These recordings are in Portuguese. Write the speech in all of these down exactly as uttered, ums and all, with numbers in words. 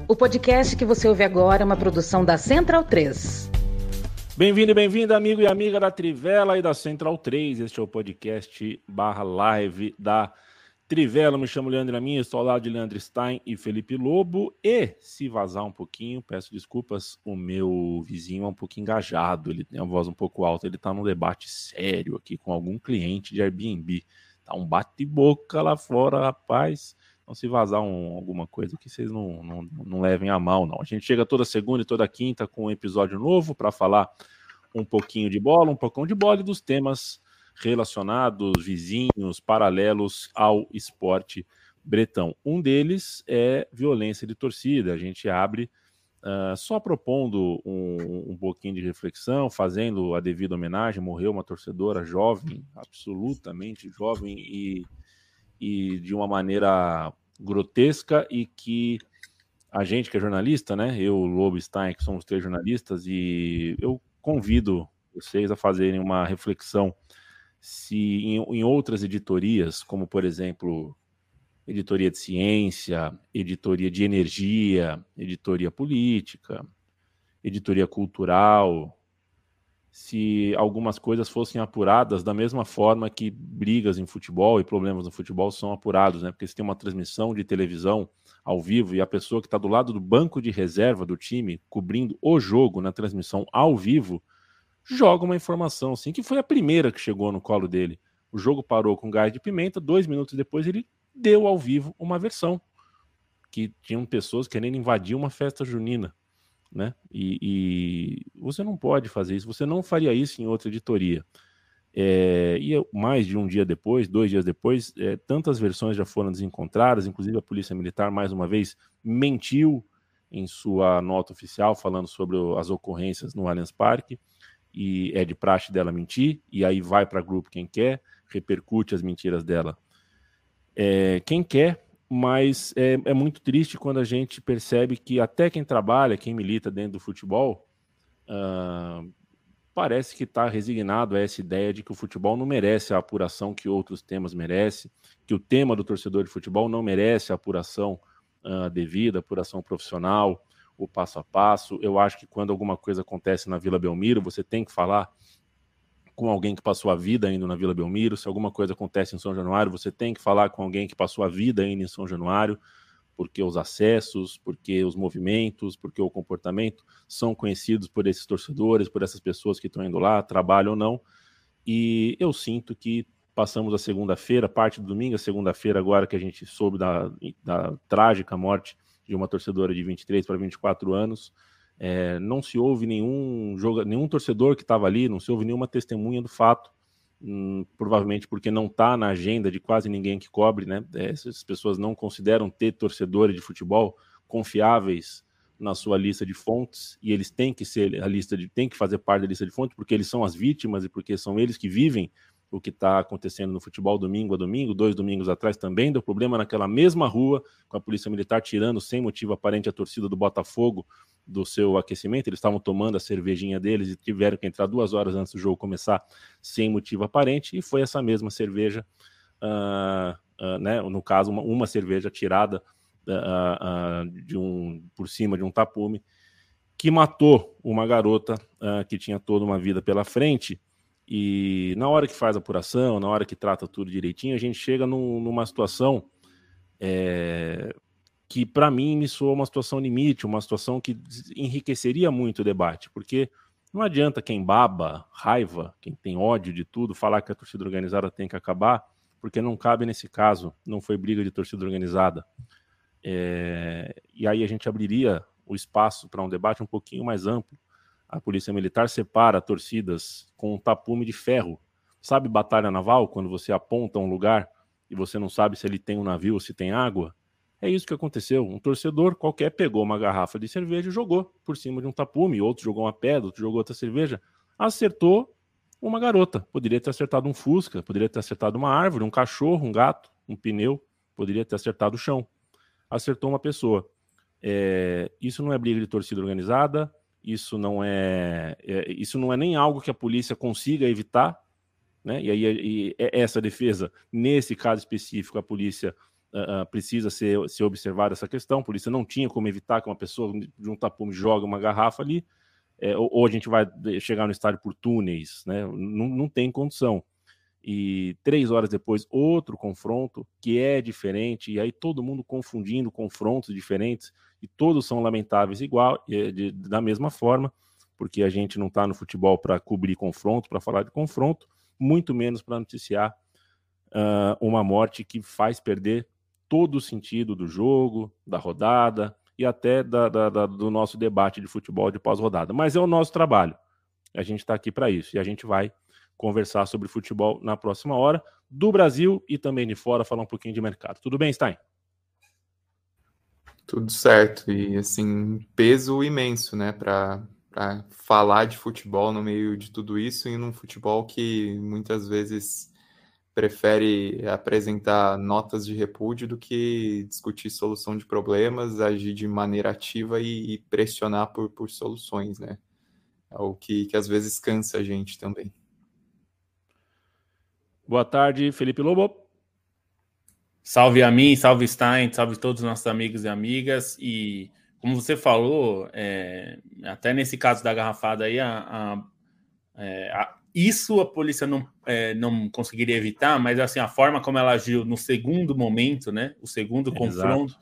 O podcast que você ouve agora é uma produção da Central três. Bem-vindo e bem-vinda, amigo e amiga da Trivela e da Central três. Este é o podcast barra live da Trivela. Me chamo Leandro Amin, estou ao lado de Leandro Stein e Felipe Lobo. E, se vazar um pouquinho, peço desculpas, o meu vizinho é um pouco engajado, ele tem a voz um pouco alta, ele está num debate sério aqui com algum cliente de Airbnb. Tá um bate-boca lá fora, rapaz. Então, se vazar um, alguma coisa que vocês não, não, não levem a mal, não. A gente chega toda segunda e toda quinta com um episódio novo para falar um pouquinho de bola, um pouquinho de bola e dos temas relacionados, vizinhos, paralelos ao esporte bretão. Um deles é violência de torcida. A gente abre uh, só propondo um, um pouquinho de reflexão, fazendo a devida homenagem. Morreu uma torcedora jovem, absolutamente jovem e e de uma maneira grotesca, e que a gente que é jornalista, né, eu, Lobo, Stein, que somos três jornalistas, e eu convido vocês a fazerem uma reflexão se em, em outras editorias, como por exemplo, editoria de ciência, editoria de energia, editoria política, editoria cultural, se algumas coisas fossem apuradas da mesma forma que brigas em futebol e problemas no futebol são apurados, né? Porque se tem uma transmissão de televisão ao vivo e a pessoa que está do lado do banco de reserva do time, cobrindo o jogo na transmissão ao vivo, joga uma informação, assim, que foi a primeira que chegou no colo dele. O jogo parou com gás de pimenta, dois minutos depois ele deu ao vivo uma versão que tinham pessoas querendo invadir uma festa junina, né? E, e você não pode fazer isso, você não faria isso em outra editoria. É, e mais de um dia depois, dois dias depois, é, tantas versões já foram desencontradas, inclusive a Polícia Militar, mais uma vez, mentiu em sua nota oficial, falando sobre o, as ocorrências no Allianz Parque, e é de praxe dela mentir, e aí vai para grupo quem quer, repercute as mentiras dela é, quem quer. Mas é, é muito triste quando a gente percebe que até quem trabalha, quem milita dentro do futebol, uh, parece que está resignado a essa ideia de que o futebol não merece a apuração que outros temas merecem, que o tema do torcedor de futebol não merece a apuração uh, devida, apuração profissional, o passo a passo. Eu acho que quando alguma coisa acontece na Vila Belmiro, você tem que falar com alguém que passou a vida indo na Vila Belmiro. Se alguma coisa acontece em São Januário, você tem que falar com alguém que passou a vida indo em São Januário, porque os acessos, porque os movimentos, porque o comportamento são conhecidos por esses torcedores, por essas pessoas que estão indo lá, trabalham ou não. E eu sinto que passamos a segunda-feira, parte do domingo, a segunda-feira agora que a gente soube da, da trágica morte de uma torcedora de vinte e três para vinte e quatro anos, É, não se ouve nenhum, joga, nenhum torcedor que estava ali, não se ouve nenhuma testemunha do fato, hum, provavelmente porque não está na agenda de quase ninguém que cobre, né? Essas pessoas não consideram ter torcedores de futebol confiáveis na sua lista de fontes, e eles têm que ser a lista de, têm que fazer parte da lista de fontes, porque eles são as vítimas e porque são eles que vivem o que está acontecendo no futebol domingo a domingo. Dois domingos atrás também deu problema naquela mesma rua, com a Polícia Militar tirando sem motivo aparente a torcida do Botafogo do seu aquecimento. Eles estavam tomando a cervejinha deles e tiveram que entrar duas horas antes do jogo começar sem motivo aparente, e foi essa mesma cerveja, uh, uh, né, no caso uma, uma cerveja tirada uh, uh, de um, por cima de um tapume, que matou uma garota uh, que tinha toda uma vida pela frente. E na hora que faz a apuração, na hora que trata tudo direitinho, a gente chega num, numa situação é, que para mim me soa uma situação limite, uma situação que enriqueceria muito o debate, porque não adianta quem baba, raiva, quem tem ódio de tudo, falar que a torcida organizada tem que acabar, porque não cabe nesse caso, não foi briga de torcida organizada. É, e aí a gente abriria o espaço para um debate um pouquinho mais amplo. A Polícia Militar separa torcidas com um tapume de ferro. Sabe batalha naval, quando você aponta um lugar e você não sabe se ele tem um navio ou se tem água? É isso que aconteceu. Um torcedor qualquer pegou uma garrafa de cerveja e jogou por cima de um tapume, outro jogou uma pedra, outro jogou outra cerveja, acertou uma garota. Poderia ter acertado um fusca, poderia ter acertado uma árvore, um cachorro, um gato, um pneu, poderia ter acertado o chão. Acertou uma pessoa. É, isso não é briga de torcida organizada, isso não é, é, isso não é nem algo que a polícia consiga evitar, né? E aí e, e essa defesa, nesse caso específico, a polícia uh, precisa ser, ser observada essa questão. A polícia não tinha como evitar que uma pessoa de um tapume jogue uma garrafa ali, é, ou, ou a gente vai chegar no estádio por túneis, né? Não, não tem condição. E três horas depois, outro confronto que é diferente, e aí todo mundo confundindo confrontos diferentes, e todos são lamentáveis igual, de, de, da mesma forma, porque a gente não está no futebol para cobrir confronto, para falar de confronto, muito menos para noticiar uh, uma morte que faz perder todo o sentido do jogo, da rodada e até da, da, da, do nosso debate de futebol de pós-rodada. Mas é o nosso trabalho, a gente está aqui para isso, e a gente vai conversar sobre futebol na próxima hora, do Brasil e também de fora, falar um pouquinho de mercado. Tudo bem, Stein? Tudo certo, e assim, peso imenso, né, para para falar de futebol no meio de tudo isso, e num futebol que muitas vezes prefere apresentar notas de repúdio do que discutir solução de problemas, agir de maneira ativa e, e pressionar por, por soluções, né? É o que, que às vezes cansa a gente também. Boa tarde, Felipe Lobo. Salve a mim, salve Stein, salve todos os nossos amigos e amigas. E como você falou, é, até nesse caso da garrafada aí, a, a, é, a, isso a polícia não, é, não conseguiria evitar, mas assim, a forma como ela agiu no segundo momento, né, o segundo Exato. confronto,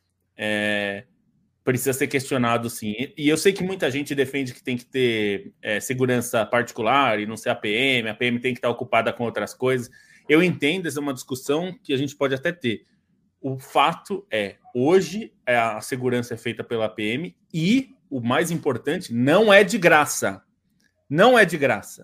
é, precisa ser questionado, sim. E eu sei que muita gente defende que tem que ter é, segurança particular e não ser a P M, a P M tem que estar ocupada com outras coisas. Eu entendo, essa é uma discussão que a gente pode até ter. O fato é, hoje a segurança é feita pela P M e, o mais importante, não é de graça. Não é de graça.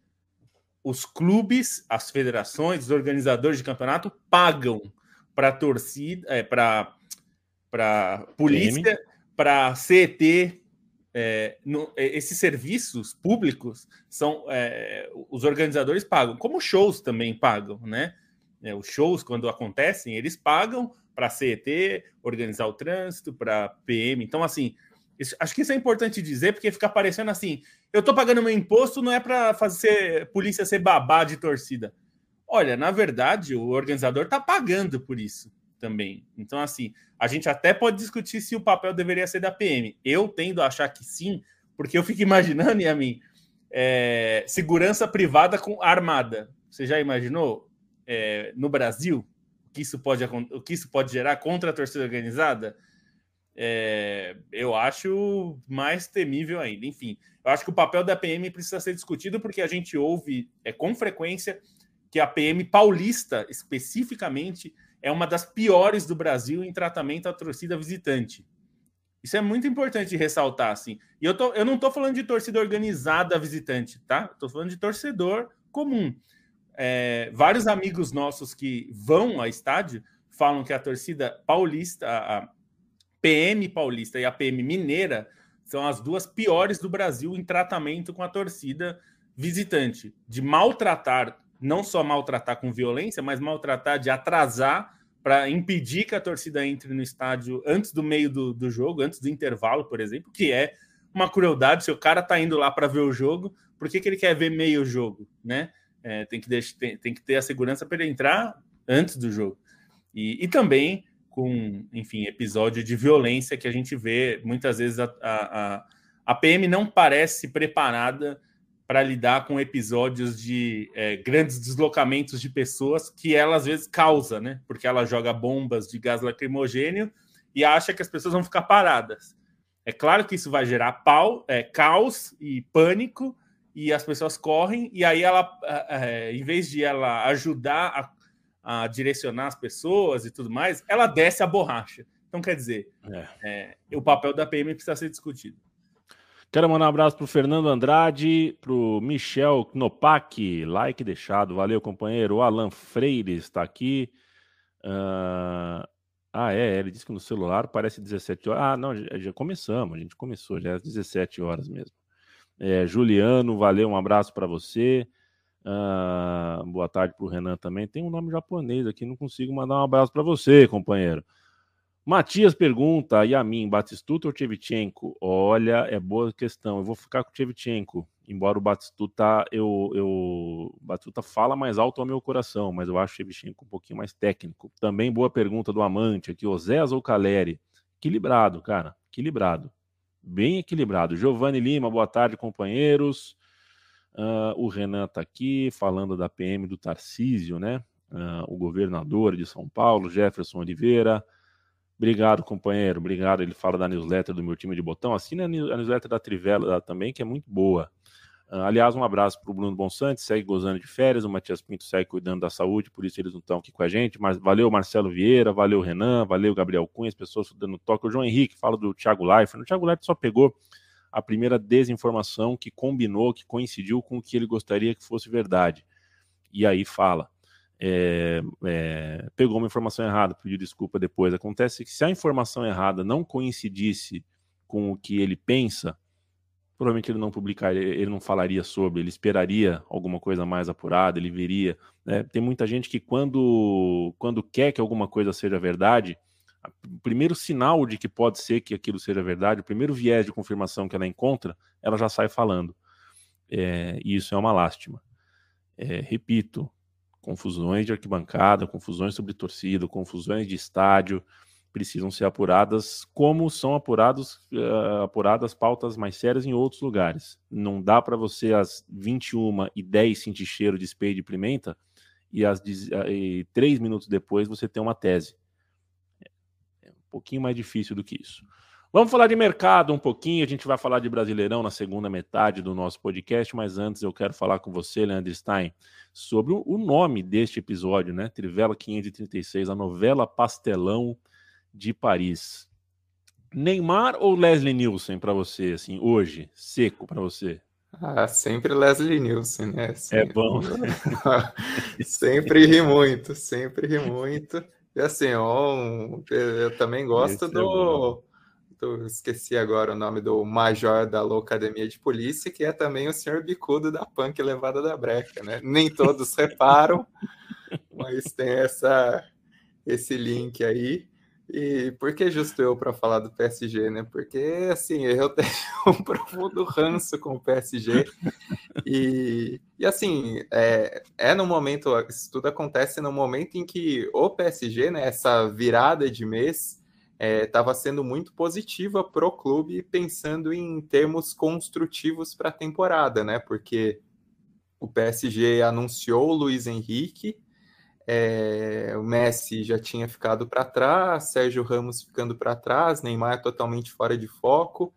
Os clubes, as federações, os organizadores de campeonato pagam para a torcida, é, para para polícia, para C E T, é, no, esses serviços públicos são é, os organizadores pagam, como shows também pagam, né? É, os shows, quando acontecem, eles pagam para a C E T organizar o trânsito, para a P M. Então, assim, isso, acho que isso é importante dizer, porque fica parecendo assim, eu estou pagando meu imposto, não é para fazer polícia ser babá de torcida. Olha, na verdade, o organizador está pagando por isso também. Então, assim, a gente até pode discutir se o papel deveria ser da P M. Eu tendo a achar que sim, porque eu fico imaginando, e a mim, é, segurança privada com armada. Você já imaginou é, no Brasil o que isso pode, o que isso pode gerar contra a torcida organizada? É, eu acho mais temível ainda. Enfim, eu acho que o papel da P M precisa ser discutido, porque a gente ouve é, com frequência que a P M paulista, especificamente, é uma das piores do Brasil em tratamento à torcida visitante. Isso é muito importante de ressaltar, assim. E eu, tô, eu não estou falando de torcida organizada visitante, tá? Estou falando de torcedor comum. É, vários amigos nossos que vão ao estádio falam que a torcida paulista, a P M paulista e a P M mineira, são as duas piores do Brasil em tratamento com a torcida visitante. De maltratar, não só maltratar com violência, mas maltratar de atrasar para impedir que a torcida entre no estádio antes do meio do, do jogo, antes do intervalo, por exemplo, que é uma crueldade. Se o cara está indo lá para ver o jogo, por que, que ele quer ver meio jogo, né? É, tem, que deixar, tem, tem que ter a segurança para ele entrar antes do jogo. E, e também com, enfim, episódio de violência que a gente vê muitas vezes a, a, a P M não parece preparada para lidar com episódios de é, grandes deslocamentos de pessoas que ela, às vezes, causa, né? Porque ela joga bombas de gás lacrimogênio e acha que as pessoas vão ficar paradas. É claro que isso vai gerar pau, é, caos e pânico, e as pessoas correm, e aí ela, é, em vez de ela ajudar a, a direcionar as pessoas e tudo mais, ela desce a borracha. Então, quer dizer, é. É, o papel da P M precisa ser discutido. Quero mandar um abraço para o Fernando Andrade, para o Michel Knopak, like deixado, valeu, companheiro. O Alan Freire está aqui. Uh... Ah, é, ele disse que no celular parece dezessete horas. Ah, não, já, já começamos, a gente começou, já é às dezessete horas mesmo. É, Juliano, valeu, um abraço para você. Uh... Boa tarde para o Renan também. Tem um nome japonês aqui, não consigo mandar um abraço para você, companheiro. Matias pergunta, Yamin, Batistuta ou Shevchenko? Olha, é boa questão. Eu vou ficar com o Shevchenko. embora o Batistuta, eu, eu, o Batistuta fala mais alto ao meu coração, mas eu acho o Shevchenko um pouquinho mais técnico. Também boa pergunta do Amante aqui, Oséias ou Caleri? Equilibrado, cara, equilibrado. Bem equilibrado. Giovanni Lima, boa tarde, companheiros. Uh, o Renan tá aqui, falando da P M do Tarcísio, né? Uh, o governador de São Paulo, Jefferson Oliveira. Obrigado, companheiro. Obrigado. Ele fala da newsletter do meu time de botão. Assina a newsletter da Trivela também, que é muito boa. Uh, aliás, um abraço para o Bruno Bonsante, segue gozando de férias. O Matias Pinto segue cuidando da saúde, por isso eles não estão aqui com a gente. Mas valeu, Marcelo Vieira, valeu, Renan, valeu, Gabriel Cunha, as pessoas dando toque. O João Henrique fala do Thiago Leifert. O Thiago Leifert só pegou a primeira desinformação que combinou, que coincidiu com o que ele gostaria que fosse verdade. E aí fala. É, é, pegou uma informação errada, pediu desculpa depois. Acontece que se a informação errada não coincidisse com o que ele pensa, provavelmente ele não publicaria, ele não falaria sobre, ele esperaria alguma coisa mais apurada, ele veria. Né? Tem muita gente que quando, quando quer que alguma coisa seja verdade, o primeiro sinal de que pode ser que aquilo seja verdade, o primeiro viés de confirmação que ela encontra, ela já sai falando. É, e isso é uma lástima. É, repito, confusões de arquibancada, confusões sobre torcida, confusões de estádio, precisam ser apuradas como são apurados, uh, apuradas pautas mais sérias em outros lugares. Não dá para você às vinte e uma e dez sentir cheiro de spray de pimenta e às três minutos depois você tem uma tese. É um pouquinho mais difícil do que isso. Vamos falar de mercado um pouquinho, a gente vai falar de Brasileirão na segunda metade do nosso podcast, mas antes eu quero falar com você, Leandro Stein, sobre o nome deste episódio, né? Trivela quinhentos e trinta e seis, a novela Pastelão de Paris. Neymar ou Leslie Nielsen para você, assim, hoje, seco para você? Ah, sempre Leslie Nielsen, né? Assim, é bom. Sempre ri muito, sempre ri muito. E assim, eu, eu também gosto Esse do... É do... Esqueci agora o nome do major da Loucademia de Polícia, que é também o senhor bicudo da Punk Levada da Breca, né? Nem todos reparam, mas tem essa, esse link aí. E por que justo eu para falar do P S G, né? Porque, assim, eu tenho um profundo ranço com o P S G. E, e assim, é, é no momento, isso tudo acontece no momento em que o P S G, né, essa virada de mês, estava é, sendo muito positiva para o clube, pensando em termos construtivos para a temporada, né? Porque o P S G anunciou o Luiz Henrique, É, o Messi já tinha ficado para trás, Sérgio Ramos ficando para trás, Neymar totalmente fora de foco.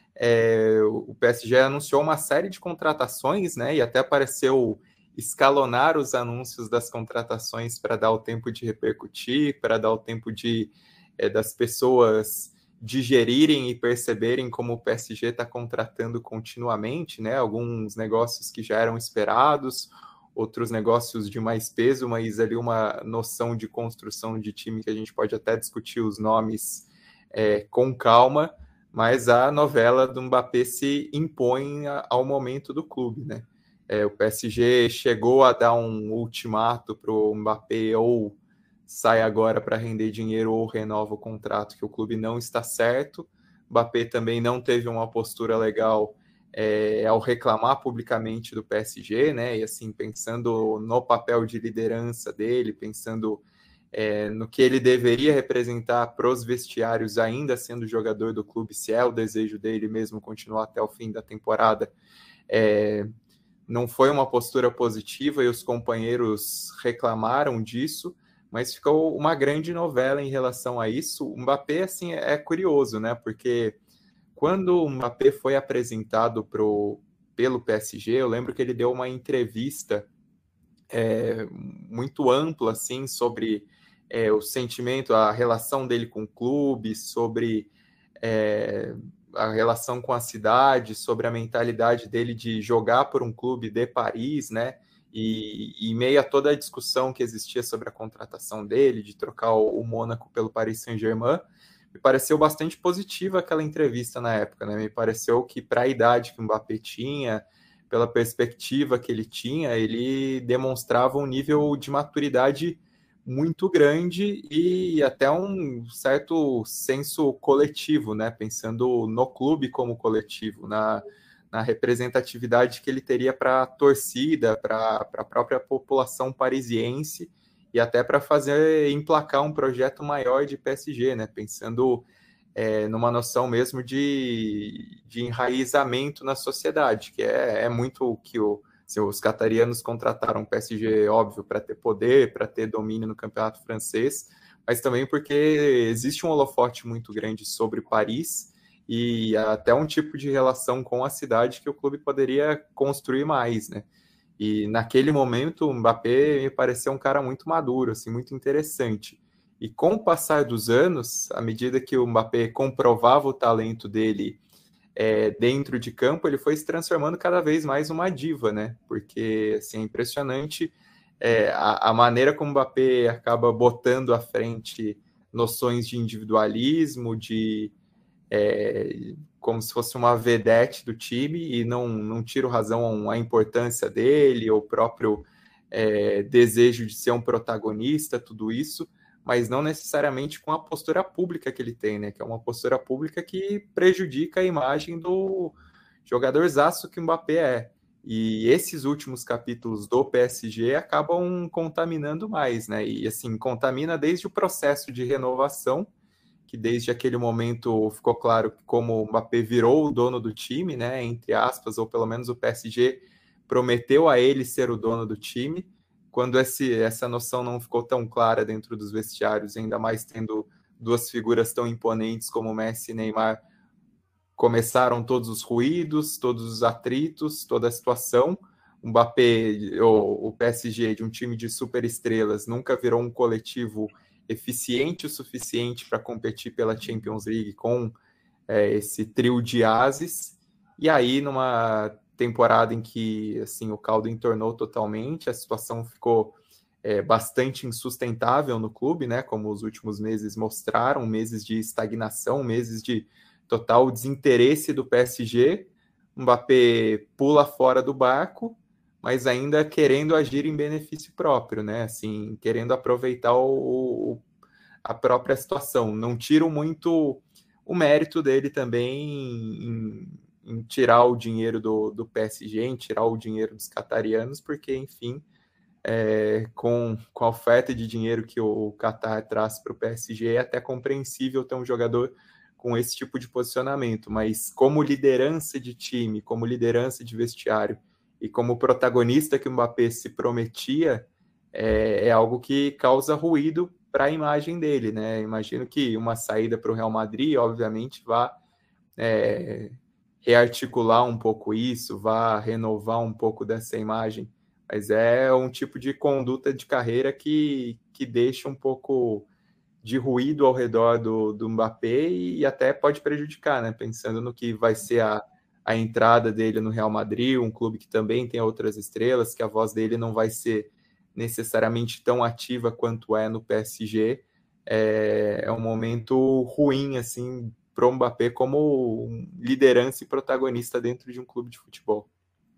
É, o P S G anunciou uma série de contratações, né? E até apareceu escalonar os anúncios das contratações para dar o tempo de repercutir, para dar o tempo de é, das pessoas digerirem e perceberem como o P S G está contratando continuamente, né? Alguns negócios que já eram esperados, outros negócios de mais peso, mas ali uma noção de construção de time que a gente pode até discutir os nomes é, com calma, mas a novela do Mbappé se impõe ao momento do clube, né? É, o P S G chegou a dar um ultimato para o Mbappé, ou sai agora para render dinheiro ou renova o contrato, que o clube não está certo. O Mbappé também não teve uma postura legal É, ao reclamar publicamente do P S G, né? E assim, pensando no papel de liderança dele, pensando é, no que ele deveria representar para os vestiários, ainda sendo jogador do clube, se é o desejo dele mesmo continuar até o fim da temporada, é, não foi uma postura positiva e os companheiros reclamaram disso, mas ficou uma grande novela em relação a isso. O Mbappé, assim, é curioso, né? Porque quando o Mbappé foi apresentado pro, pelo P S G, eu lembro que ele deu uma entrevista é, muito ampla, assim, sobre é, o sentimento, a relação dele com o clube, sobre é, a relação com a cidade, sobre a mentalidade dele de jogar por um clube de Paris, né? E, e em meio a toda a discussão que existia sobre a contratação dele, de trocar o, o Mônaco pelo Paris Saint-Germain, me pareceu bastante positiva aquela entrevista na época, né? Me pareceu que para a idade que o Mbappé tinha, pela perspectiva que ele tinha, ele demonstrava um nível de maturidade muito grande e até um certo senso coletivo, né? Pensando no clube como coletivo, na, na representatividade que ele teria para a torcida, para a própria população parisiense e até para fazer emplacar um projeto maior de P S G, né? Pensando é, numa noção mesmo de, de enraizamento na sociedade, que é, é muito o que o, assim, os catarianos contrataram o P S G, óbvio, para ter poder, para ter domínio no campeonato francês, mas também porque existe um holofote muito grande sobre Paris e até um tipo de relação com a cidade que o clube poderia construir mais, né? E naquele momento o Mbappé me pareceu um cara muito maduro, assim, muito interessante. E com o passar dos anos, à medida que o Mbappé comprovava o talento dele é, dentro de campo, ele foi se transformando cada vez mais uma diva, né? Porque, assim, é impressionante é, a, a maneira como o Mbappé acaba botando à frente noções de individualismo, de É, como se fosse uma vedete do time e não, não tiro razão à importância dele, ou o próprio é, desejo de ser um protagonista, tudo isso, mas não necessariamente com a postura pública que ele tem, né? Que é uma postura pública que prejudica a imagem do jogadorzaço que o Mbappé é. E esses últimos capítulos do P S G acabam contaminando mais, né? E assim, contamina desde o processo de renovação, que desde aquele momento ficou claro que como o Mbappé virou o dono do time, né, entre aspas, ou pelo menos o P S G prometeu a ele ser o dono do time, quando esse, essa noção não ficou tão clara dentro dos vestiários, ainda mais tendo duas figuras tão imponentes como Messi e Neymar, começaram todos os ruídos, todos os atritos, toda a situação. O Mbappé, o, o P S G de um time de superestrelas nunca virou um coletivo eficiente o suficiente para competir pela Champions League com é, esse trio de ases, e aí numa temporada em que assim, o caldo entornou totalmente, a situação ficou é, bastante insustentável no clube, né, como os últimos meses mostraram, meses de estagnação, meses de total desinteresse do P S G, o Mbappé pula fora do barco, mas ainda querendo agir em benefício próprio, né? Assim, querendo aproveitar o, o, a própria situação. Não tiro muito o mérito dele também em, em tirar o dinheiro do, do P S G, em tirar o dinheiro dos catarianos, porque, enfim, é, com, com a oferta de dinheiro que o Qatar traz para o P S G, é até compreensível ter um jogador com esse tipo de posicionamento, mas como liderança de time, como liderança de vestiário, e como protagonista que o Mbappé se prometia, é, é algo que causa ruído para a imagem dele, né? Imagino que uma saída para o Real Madrid, obviamente, vá é, rearticular um pouco isso, vá renovar um pouco dessa imagem, mas é um tipo de conduta de carreira que, que deixa um pouco de ruído ao redor do, do Mbappé e até pode prejudicar, né? Pensando no que vai ser a a entrada dele no Real Madrid, um clube que também tem outras estrelas, que a voz dele não vai ser necessariamente tão ativa quanto é no P S G, é, é um momento ruim, assim, para o Mbappé como liderança e protagonista dentro de um clube de futebol.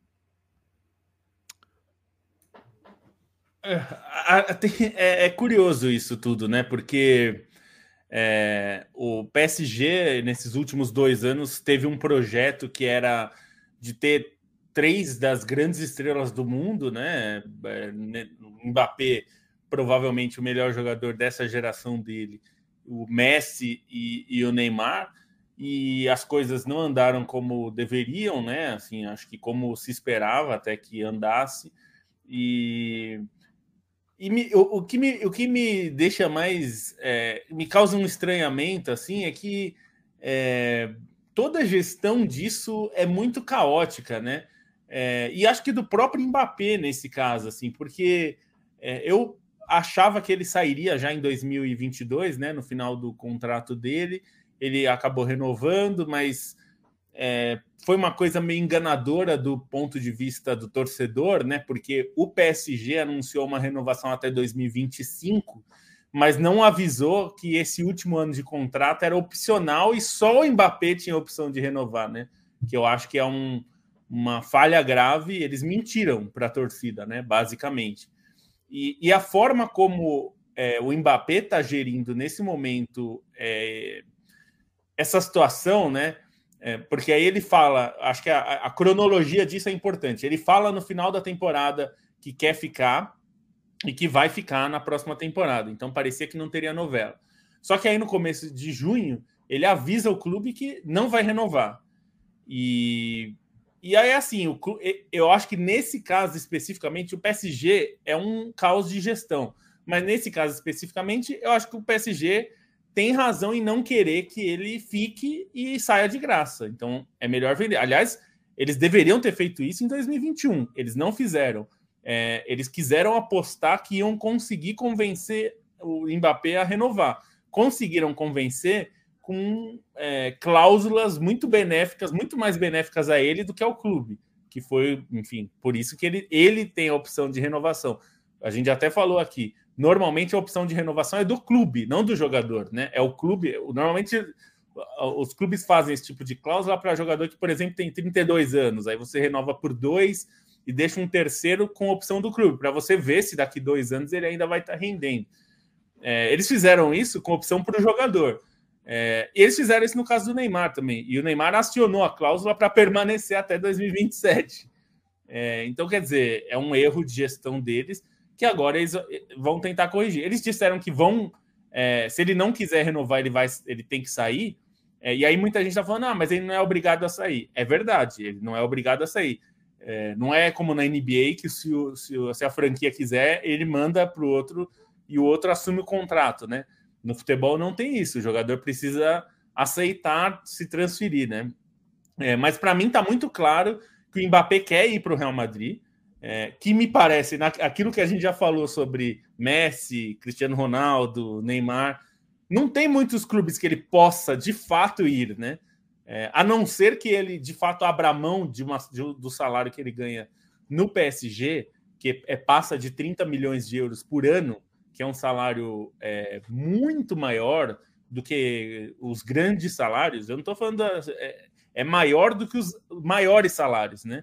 É, é curioso isso tudo, né? Porque É, o P S G, nesses últimos dois anos, teve um projeto que era de ter três das grandes estrelas do mundo, né? Mbappé, provavelmente o melhor jogador dessa geração dele, o Messi e, e o Neymar, e as coisas não andaram como deveriam, né? Assim, acho que como se esperava até que andasse. E... E me, o, o, que me, o que me deixa mais... É, me causa um estranhamento, assim, é que é, toda a gestão disso é muito caótica, né? É, e acho que do próprio Mbappé nesse caso, assim, porque é, eu achava que ele sairia já em dois mil e vinte e dois, né? No final do contrato dele. Ele acabou renovando, mas... É, foi uma coisa meio enganadora do ponto de vista do torcedor, né? Porque o P S G anunciou uma renovação até dois mil e vinte e cinco, mas não avisou que esse último ano de contrato era opcional e só o Mbappé tinha a opção de renovar, né? Que eu acho que é um, uma falha grave. Eles mentiram para a torcida, né? Basicamente. E, e a forma como é, o Mbappé está gerindo nesse momento é, essa situação, né? É, porque aí ele fala, acho que a, a cronologia disso é importante. Ele fala no final da temporada que quer ficar e que vai ficar na próxima temporada. Então parecia que não teria novela. Só que aí no começo de junho ele avisa o clube que não vai renovar. E, e aí assim, o, eu acho que nesse caso especificamente o P S G é um caos de gestão. Mas nesse caso especificamente eu acho que o P S G tem razão em não querer que ele fique e saia de graça. Então, é melhor vender. Aliás, eles deveriam ter feito isso em dois mil e vinte e um. Eles não fizeram. É, eles quiseram apostar que iam conseguir convencer o Mbappé a renovar. Conseguiram convencer com é, cláusulas muito benéficas, muito mais benéficas a ele do que ao clube. Que foi, enfim, por isso que ele, ele tem a opção de renovação. A gente até falou aqui. Normalmente a opção de renovação é do clube, não do jogador, né? É o clube. Normalmente os clubes fazem esse tipo de cláusula para jogador que, por exemplo, tem trinta e dois anos. Aí você renova por dois e deixa um terceiro com opção do clube, para você ver se daqui dois anos ele ainda vai estar rendendo. É, eles fizeram isso com opção para o jogador. É, eles fizeram isso no caso do Neymar também. E o Neymar acionou a cláusula para permanecer até dois mil e vinte e sete. É, então, quer dizer, é um erro de gestão deles que agora eles vão tentar corrigir. Eles disseram que vão, é, se ele não quiser renovar, ele, vai, ele tem que sair, é, e aí muita gente está falando, ah, mas ele não é obrigado a sair. É verdade, ele não é obrigado a sair. É, não é como na N B A, que se, o, se, o, se a franquia quiser, ele manda para o outro e o outro assume o contrato, né? No futebol não tem isso, o jogador precisa aceitar se transferir, né? É, mas para mim está muito claro que o Mbappé quer ir para o Real Madrid. É, que me parece, na, aquilo que a gente já falou sobre Messi, Cristiano Ronaldo, Neymar, não tem muitos clubes que ele possa de fato ir, né? É, a não ser que ele de fato abra mão de uma, de, do salário que ele ganha no P S G, que é, passa de trinta milhões de euros por ano, que é um salário é, muito maior do que os grandes salários. Eu não estou falando da, é, é maior do que os maiores salários, né?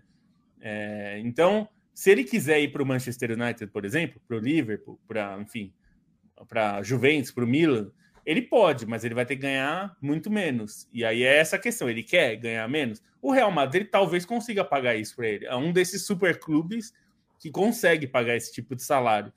É, então, se ele quiser ir para o Manchester United, por exemplo, para o Liverpool, para, enfim, para Juventus, para o Milan, ele pode, mas ele vai ter que ganhar muito menos. E aí é essa a questão, ele quer ganhar menos? O Real Madrid talvez consiga pagar isso para ele. É um desses super clubes que consegue pagar esse tipo de salário.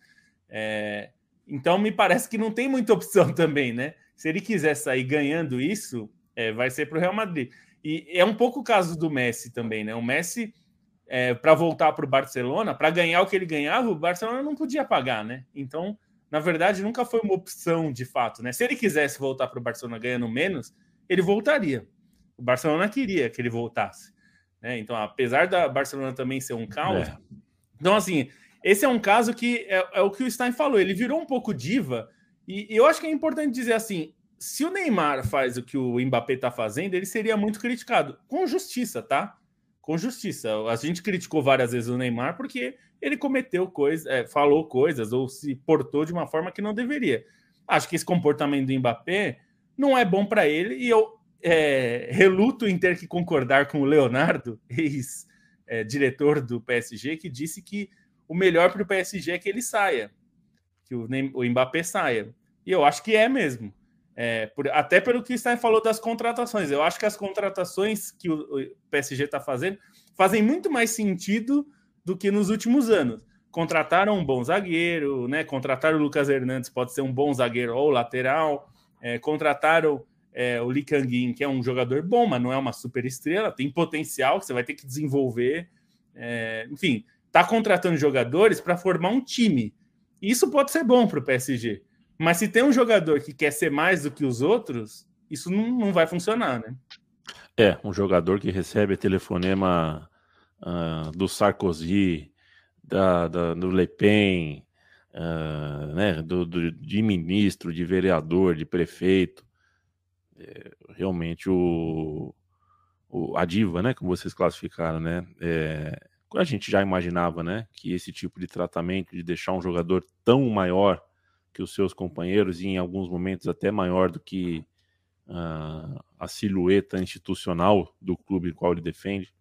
É, então, me parece que não tem muita opção também, né? Se ele quiser sair ganhando isso, é, vai ser para o Real Madrid. E é um pouco o caso do Messi também, né? O Messi... É, para voltar para o Barcelona, para ganhar o que ele ganhava, o Barcelona não podia pagar, né? Então, na verdade, nunca foi uma opção de fato, né? Se ele quisesse voltar para o Barcelona ganhando menos, ele voltaria. O Barcelona queria que ele voltasse, né? Então, apesar da Barcelona também ser um caos, é. Então, assim, esse é um caso que é, é o que o Stein falou, ele virou um pouco diva, e, e eu acho que é importante dizer assim, se o Neymar faz o que o Mbappé está fazendo, ele seria muito criticado, com justiça, tá? Com justiça. A gente criticou várias vezes o Neymar porque ele cometeu coisas, é, falou coisas ou se portou de uma forma que não deveria. Acho que esse comportamento do Mbappé não é bom para ele e eu é, reluto em ter que concordar com o Leonardo, ex-diretor é, do P S G, que disse que o melhor para o P S G é que ele saia, que o, o Mbappé saia. E eu acho que é mesmo. É, por, até pelo que o Stein falou das contratações. Eu acho que as contratações que o, o P S G está fazendo fazem muito mais sentido do que nos últimos anos. Contrataram um bom zagueiro, né? Contrataram o Lucas Hernandes, pode ser um bom zagueiro ou lateral. É, contrataram é, o Lee Kang-in, que é um jogador bom, mas não é uma super estrela, tem potencial que você vai ter que desenvolver. É, enfim, está contratando jogadores para formar um time. Isso pode ser bom para o P S G. Mas se tem um jogador que quer ser mais do que os outros, isso não, não vai funcionar, né? É, um jogador que recebe telefonema uh, do Sarkozy, da, da, do Le Pen, uh, né, do, do, de ministro, de vereador, de prefeito. É, realmente o, o, a diva, né, como vocês classificaram, né? É, a gente já imaginava, né, que esse tipo de tratamento, de deixar um jogador tão maior que os seus companheiros, e em alguns momentos até maior do que uh, a silhueta institucional do clube em qual ele defende,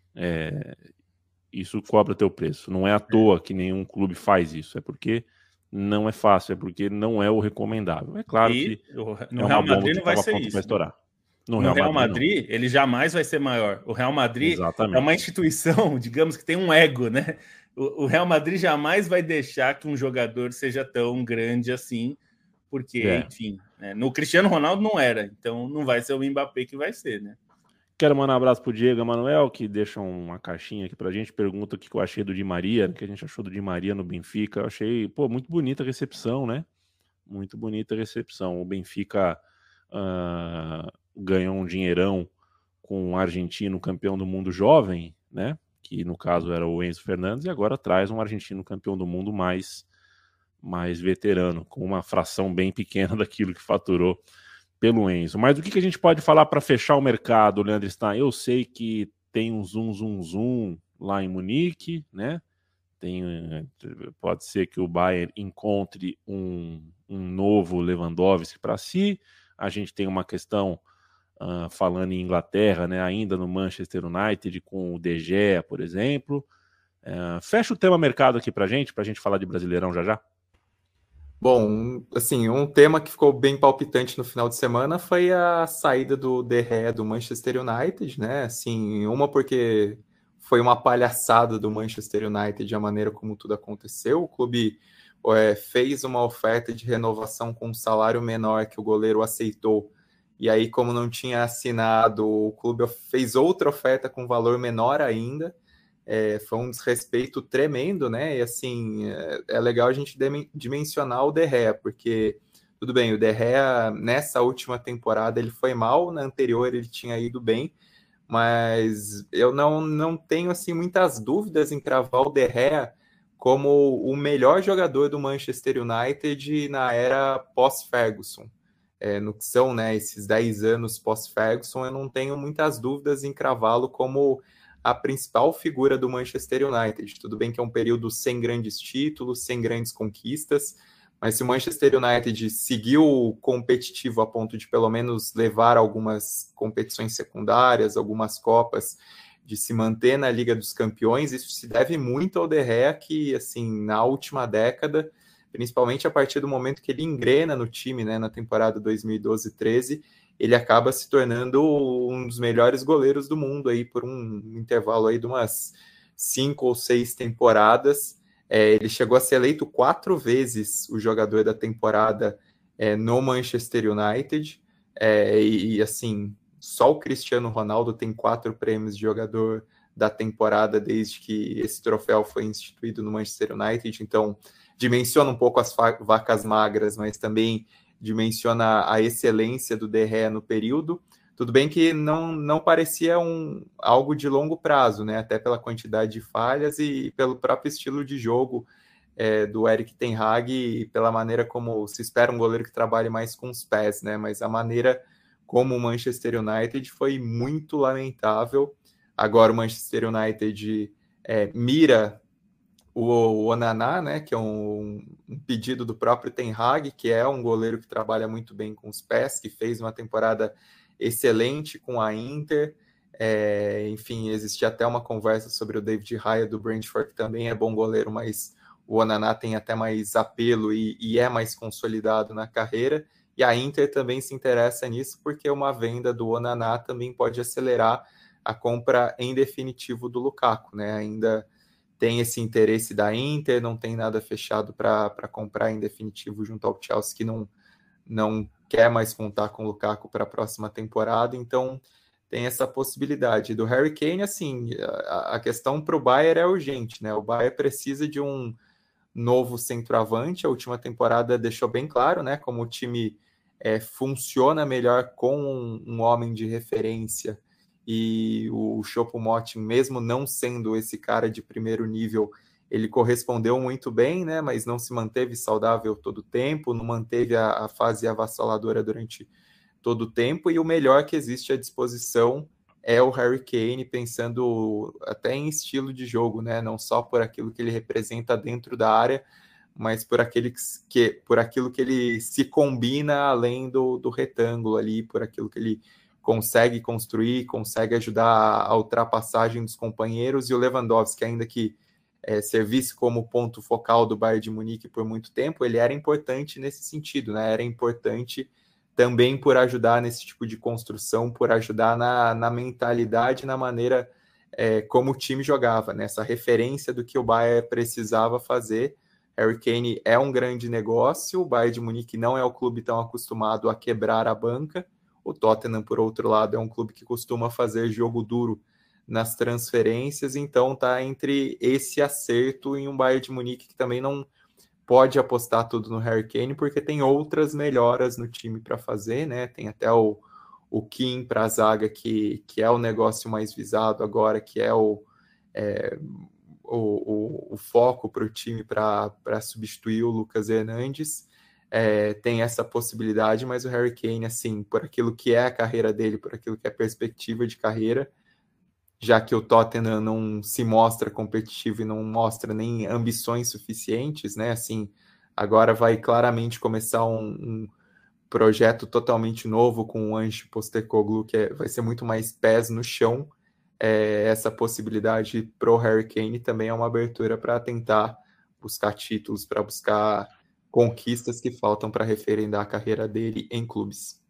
é, isso cobra teu preço. Não é à toa que nenhum clube faz isso, é porque não é fácil, é porque não é o recomendável. É claro e que no é Real uma bomba Madrid que não vai estava ser pronto isso, para estourar. No, no Real, Real Madrid, Madrid ele jamais vai ser maior. O Real Madrid Exatamente. é uma instituição, digamos, que tem um ego, né? O, o Real Madrid jamais vai deixar que um jogador seja tão grande assim, porque, É. enfim, né? No Cristiano Ronaldo não era, então não vai ser o Mbappé que vai ser, né? Quero mandar um abraço pro Diego Emanuel, que deixa uma caixinha aqui pra gente, pergunta o que eu achei do Di Maria, o que a gente achou do Di Maria no Benfica. Eu achei, pô, muito bonita a recepção, né? Muito bonita a recepção. O Benfica uh, ganhou um dinheirão com um argentino campeão do mundo jovem, né? Que no caso era o Enzo Fernandes, e agora traz um argentino campeão do mundo mais, mais veterano, com uma fração bem pequena daquilo que faturou pelo Enzo. Mas o que, que a gente pode falar para fechar o mercado, Leandro Stein? Eu sei que tem um zoom, zoom, zoom lá em Munique, né? Tem, pode ser que o Bayern encontre um, um novo Lewandowski para si. A gente tem uma questão uh, falando em Inglaterra, né? Ainda no Manchester United com o De Gea, por exemplo. Uh, fecha o tema mercado aqui para a gente, para a gente falar de Brasileirão já já. Bom, assim, um tema que ficou bem palpitante no final de semana foi a saída do De Gea do Manchester United, né? Assim, uma porque foi uma palhaçada do Manchester United a maneira como tudo aconteceu. O clube é, fez uma oferta de renovação com um salário menor que o goleiro aceitou. E aí, como não tinha assinado, o clube fez outra oferta com valor menor ainda. É, foi um desrespeito tremendo, né? E assim, é, é legal a gente dimensionar o De Gea, porque, tudo bem, o De Gea, nessa última temporada, ele foi mal, na anterior ele tinha ido bem, mas eu não, não tenho, assim, muitas dúvidas em cravar o De Gea como o melhor jogador do Manchester United na era pós-Ferguson. É, no que são, né, esses dez anos pós-Ferguson, eu não tenho muitas dúvidas em cravá-lo como a principal figura do Manchester United. Tudo bem que é um período sem grandes títulos, sem grandes conquistas, mas se o Manchester United seguiu competitivo a ponto de pelo menos levar algumas competições secundárias, algumas copas, de se manter na Liga dos Campeões, isso se deve muito ao De Gea, que assim, na última década, principalmente a partir do momento que ele engrena no time, né, na temporada dois mil e doze treze, ele acaba se tornando um dos melhores goleiros do mundo aí por um intervalo aí de umas cinco ou seis temporadas. É, ele chegou a ser eleito quatro vezes o jogador da temporada é, no Manchester United. É, e, assim, só o Cristiano Ronaldo tem quatro prêmios de jogador da temporada desde que esse troféu foi instituído no Manchester United. Então, dimensiona um pouco as vacas magras, mas também dimensiona a excelência do De Gea no período. Tudo bem que não, não parecia um, algo de longo prazo, né? Até pela quantidade de falhas e pelo próprio estilo de jogo é, do Erik ten Hag e pela maneira como se espera um goleiro que trabalhe mais com os pés, né? Mas a maneira como o Manchester United foi muito lamentável. Agora o Manchester United é, mira o Onaná, né, que é um, um pedido do próprio Ten Hag, que é um goleiro que trabalha muito bem com os pés, que fez uma temporada excelente com a Inter. É, enfim, existia até uma conversa sobre o David Raya do Brentford, que também é bom goleiro, mas o Onaná tem até mais apelo e, e é mais consolidado na carreira. E a Inter também se interessa nisso, porque uma venda do Onaná também pode acelerar a compra em definitivo do Lukaku, né? Ainda tem esse interesse da Inter, não tem nada fechado para comprar em definitivo junto ao Chelsea, que não, não quer mais contar com o Lukaku para a próxima temporada, então tem essa possibilidade. Do Harry Kane, assim, a, a questão para o Bayern é urgente, né? O Bayern precisa de um novo centroavante, a última temporada deixou bem claro, né, como o time é, funciona melhor com um, um homem de referência, e o Choupo-Moting, mesmo não sendo esse cara de primeiro nível, ele correspondeu muito bem, né, mas não se manteve saudável todo o tempo, não manteve a, a fase avassaladora durante todo o tempo, e o melhor que existe à disposição é o Harry Kane, pensando até em estilo de jogo, né, não só por aquilo que ele representa dentro da área, mas por, aquele que, por aquilo que ele se combina além do, do retângulo ali, por aquilo que ele consegue construir, consegue ajudar a ultrapassagem dos companheiros, e o Lewandowski, ainda que é, servisse como ponto focal do Bayern de Munique por muito tempo, ele era importante nesse sentido, né? Era importante também por ajudar nesse tipo de construção, por ajudar na, na mentalidade, na maneira é, como o time jogava, nessa referência do que o Bayern precisava fazer. Harry Kane é um grande negócio, o Bayern de Munique não é o clube tão acostumado a quebrar a banca, o Tottenham, por outro lado, é um clube que costuma fazer jogo duro nas transferências, então tá entre esse acerto e um Bayern de Munique que também não pode apostar tudo no Harry Kane, porque tem outras melhoras no time para fazer, né? Tem até o, o Kim para a zaga, que, que é o negócio mais visado agora, que é o, é, o, o, o foco para o time para substituir o Lucas Hernandes. É, tem essa possibilidade, mas o Harry Kane, assim, por aquilo que é a carreira dele, por aquilo que é a perspectiva de carreira, já que o Tottenham não se mostra competitivo e não mostra nem ambições suficientes, né? Assim, agora vai claramente começar um, um projeto totalmente novo com o Ange Postecoglou, que é, vai ser muito mais pés no chão. É, essa possibilidade pro Harry Kane também é uma abertura para tentar buscar títulos, para buscar conquistas que faltam para referendar a carreira dele em clubes.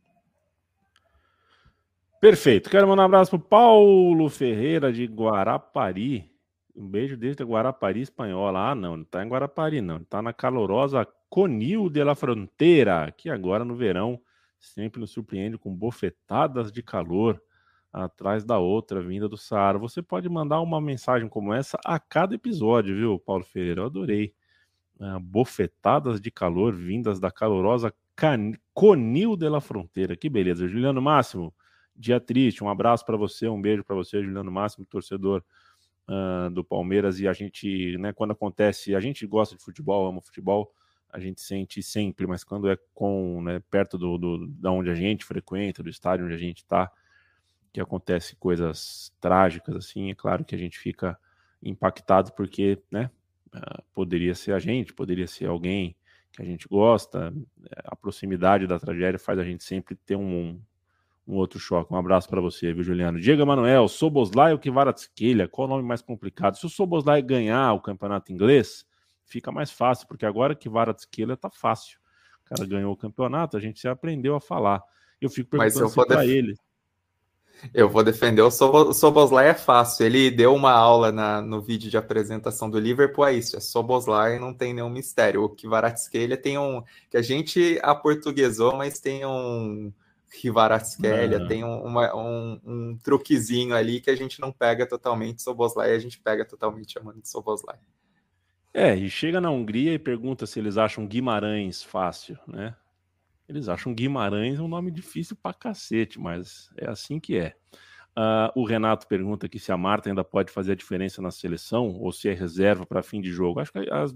Perfeito. Quero mandar um abraço para o Paulo Ferreira de Guarapari. Um beijo desde Guarapari, espanhola. Ah, não, não está em Guarapari, não. Está na calorosa Conil de la Fronteira, que agora no verão sempre nos surpreende com bofetadas de calor atrás da outra, vinda do Saara. Você pode mandar uma mensagem como essa a cada episódio, viu, Paulo Ferreira? Eu adorei. Ah, bofetadas de calor vindas da calorosa Can... Conil de la Fronteira. Que beleza. Juliano Máximo, dia triste, um abraço para você, um beijo para você, Juliano Máximo, torcedor uh, do Palmeiras. E a gente, né, quando acontece, a gente gosta de futebol, ama futebol, a gente sente sempre, mas quando é com, né, perto do, do, da onde a gente frequenta, do estádio onde a gente está, que acontece coisas trágicas assim, é claro que a gente fica impactado, porque, né, uh, poderia ser a gente, poderia ser alguém que a gente gosta, a proximidade da tragédia faz a gente sempre ter um Um outro choque. Um abraço para você, viu, Juliano? Diego Emanuel, Szoboszlai ou Kvaratskhelia? Qual o nome mais complicado? Se o Szoboszlai ganhar o campeonato inglês, fica mais fácil, porque agora que Kvaratskhelia tá fácil. O cara ganhou o campeonato, a gente já aprendeu a falar. Eu fico perguntando se para def... ele. Eu vou defender o Szoboszlai, é fácil. Ele deu uma aula na, no vídeo de apresentação do Liverpool, é isso. É Szoboszlai, não tem nenhum mistério. O Kvaratskhelia tem um... que a gente aportuguesou, mas tem um... Kvaratskhelia, tem um, uma, um, um truquezinho ali que a gente não pega totalmente Szoboszlai, a gente pega totalmente chamando de Szoboszlai. É, e chega na Hungria e pergunta se eles acham Guimarães fácil, né? Eles acham Guimarães um nome difícil pra cacete, mas é assim que é. Uh, o Renato pergunta aqui se a Marta ainda pode fazer a diferença na seleção ou se é reserva para fim de jogo. Acho que as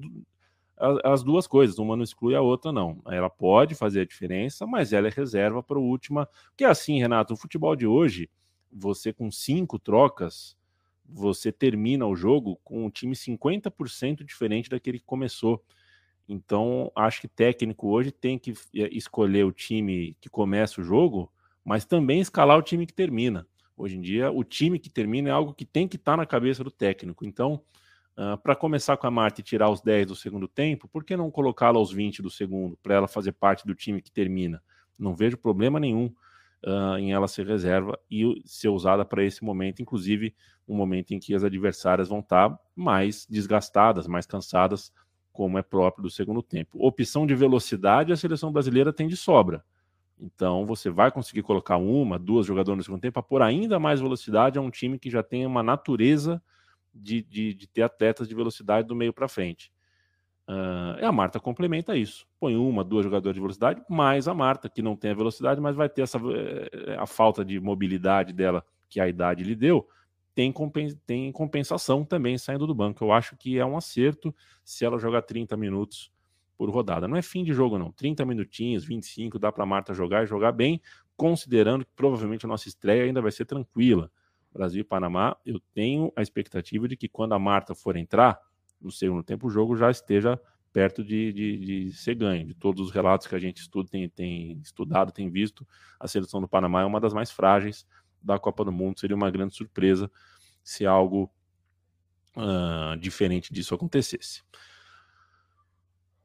as duas coisas, uma não exclui a outra, não. Ela pode fazer a diferença, mas ela é reserva para o última. Porque é assim, Renato, o futebol de hoje, você com cinco trocas, você termina o jogo com um time cinquenta por cento diferente daquele que começou. Então, acho que técnico hoje tem que escolher o time que começa o jogo, mas também escalar o time que termina. Hoje em dia, o time que termina é algo que tem que estar na cabeça do técnico. Então, Uh, para começar com a Marta e tirar os dez do segundo tempo, por que não colocá-la aos vinte do segundo, para ela fazer parte do time que termina? Não vejo problema nenhum uh, em ela ser reserva e ser usada para esse momento, inclusive um momento em que as adversárias vão estar mais desgastadas, mais cansadas, como é próprio do segundo tempo. Opção de velocidade a seleção brasileira tem de sobra. Então você vai conseguir colocar uma, duas jogadoras no segundo tempo para pôr ainda mais velocidade a um time que já tem uma natureza De, de, de ter atletas de velocidade do meio para frente. Uh, e a Marta complementa isso. Põe uma, duas jogadoras de velocidade, mais a Marta, que não tem a velocidade, mas vai ter essa, a falta de mobilidade dela, que a idade lhe deu, tem, compen, tem compensação também saindo do banco. Eu acho que é um acerto se ela jogar trinta minutos por rodada. Não é fim de jogo, não. trinta minutinhos, vinte e cinco, dá para a Marta jogar e jogar bem, considerando que provavelmente a nossa estreia ainda vai ser tranquila. Brasil e Panamá, eu tenho a expectativa de que quando a Marta for entrar no segundo tempo, o jogo já esteja perto de, de, de ser ganho. De todos os relatos que a gente estuda, tem, tem estudado, tem visto, a seleção do Panamá é uma das mais frágeis da Copa do Mundo. Seria uma grande surpresa se algo uh, diferente disso acontecesse.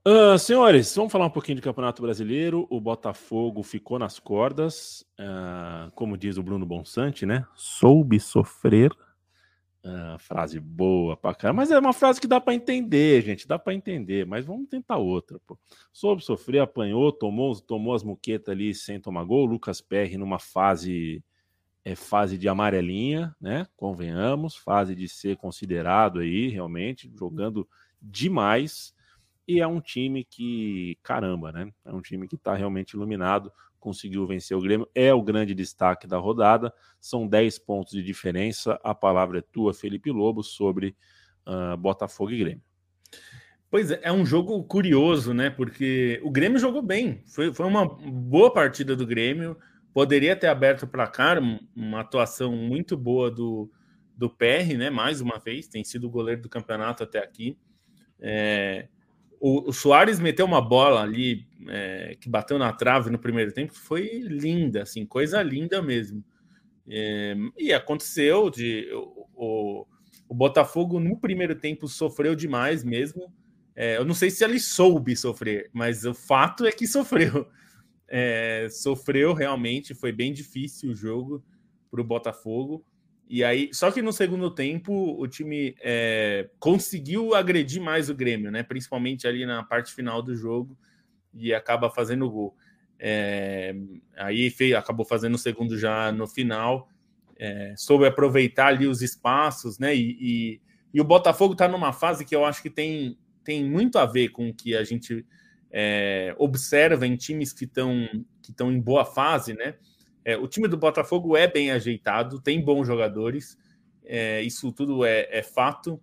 Uh, senhores, vamos falar um pouquinho de Campeonato Brasileiro. O Botafogo ficou nas cordas, uh, como diz o Bruno Bonsante, né? Soube sofrer. Uh, frase boa pra caramba, mas é uma frase que dá pra entender, gente, dá pra entender, mas vamos tentar outra, pô. Soube sofrer, apanhou, tomou, tomou as muquetas ali sem tomar gol. Lucas Perry numa fase, é, fase de amarelinha, né? Convenhamos, fase de ser considerado aí, realmente, jogando demais. E é um time que, caramba, né? É um time que tá realmente iluminado, conseguiu vencer o Grêmio, é o grande destaque da rodada, são dez pontos de diferença. A palavra é tua, Felipe Lobo, sobre uh, Botafogo e Grêmio. Pois é, é um jogo curioso, né? Porque o Grêmio jogou bem, foi, foi uma boa partida do Grêmio, poderia ter aberto o placar, uma atuação muito boa do, do P R, né? Mais uma vez, tem sido o goleiro do campeonato até aqui. É... O, o Soares meteu uma bola ali é, que bateu na trave no primeiro tempo, que foi linda, assim, coisa linda mesmo. É, e aconteceu de o, o, o Botafogo no primeiro tempo sofreu demais mesmo. É, eu não sei se ele soube sofrer, mas o fato é que sofreu. É, sofreu realmente, foi bem difícil o jogo para o Botafogo. E aí, só que no segundo tempo o time é, conseguiu agredir mais o Grêmio, né? Principalmente ali na parte final do jogo, e acaba fazendo o gol. É, aí fez, acabou fazendo o segundo já no final, é, soube aproveitar ali os espaços, né? E, e, e o Botafogo está numa fase que eu acho que tem, tem muito a ver com o que a gente é, observa em times que estão que estão em boa fase, né? É, o time do Botafogo é bem ajeitado, tem bons jogadores, é, isso tudo é, é fato,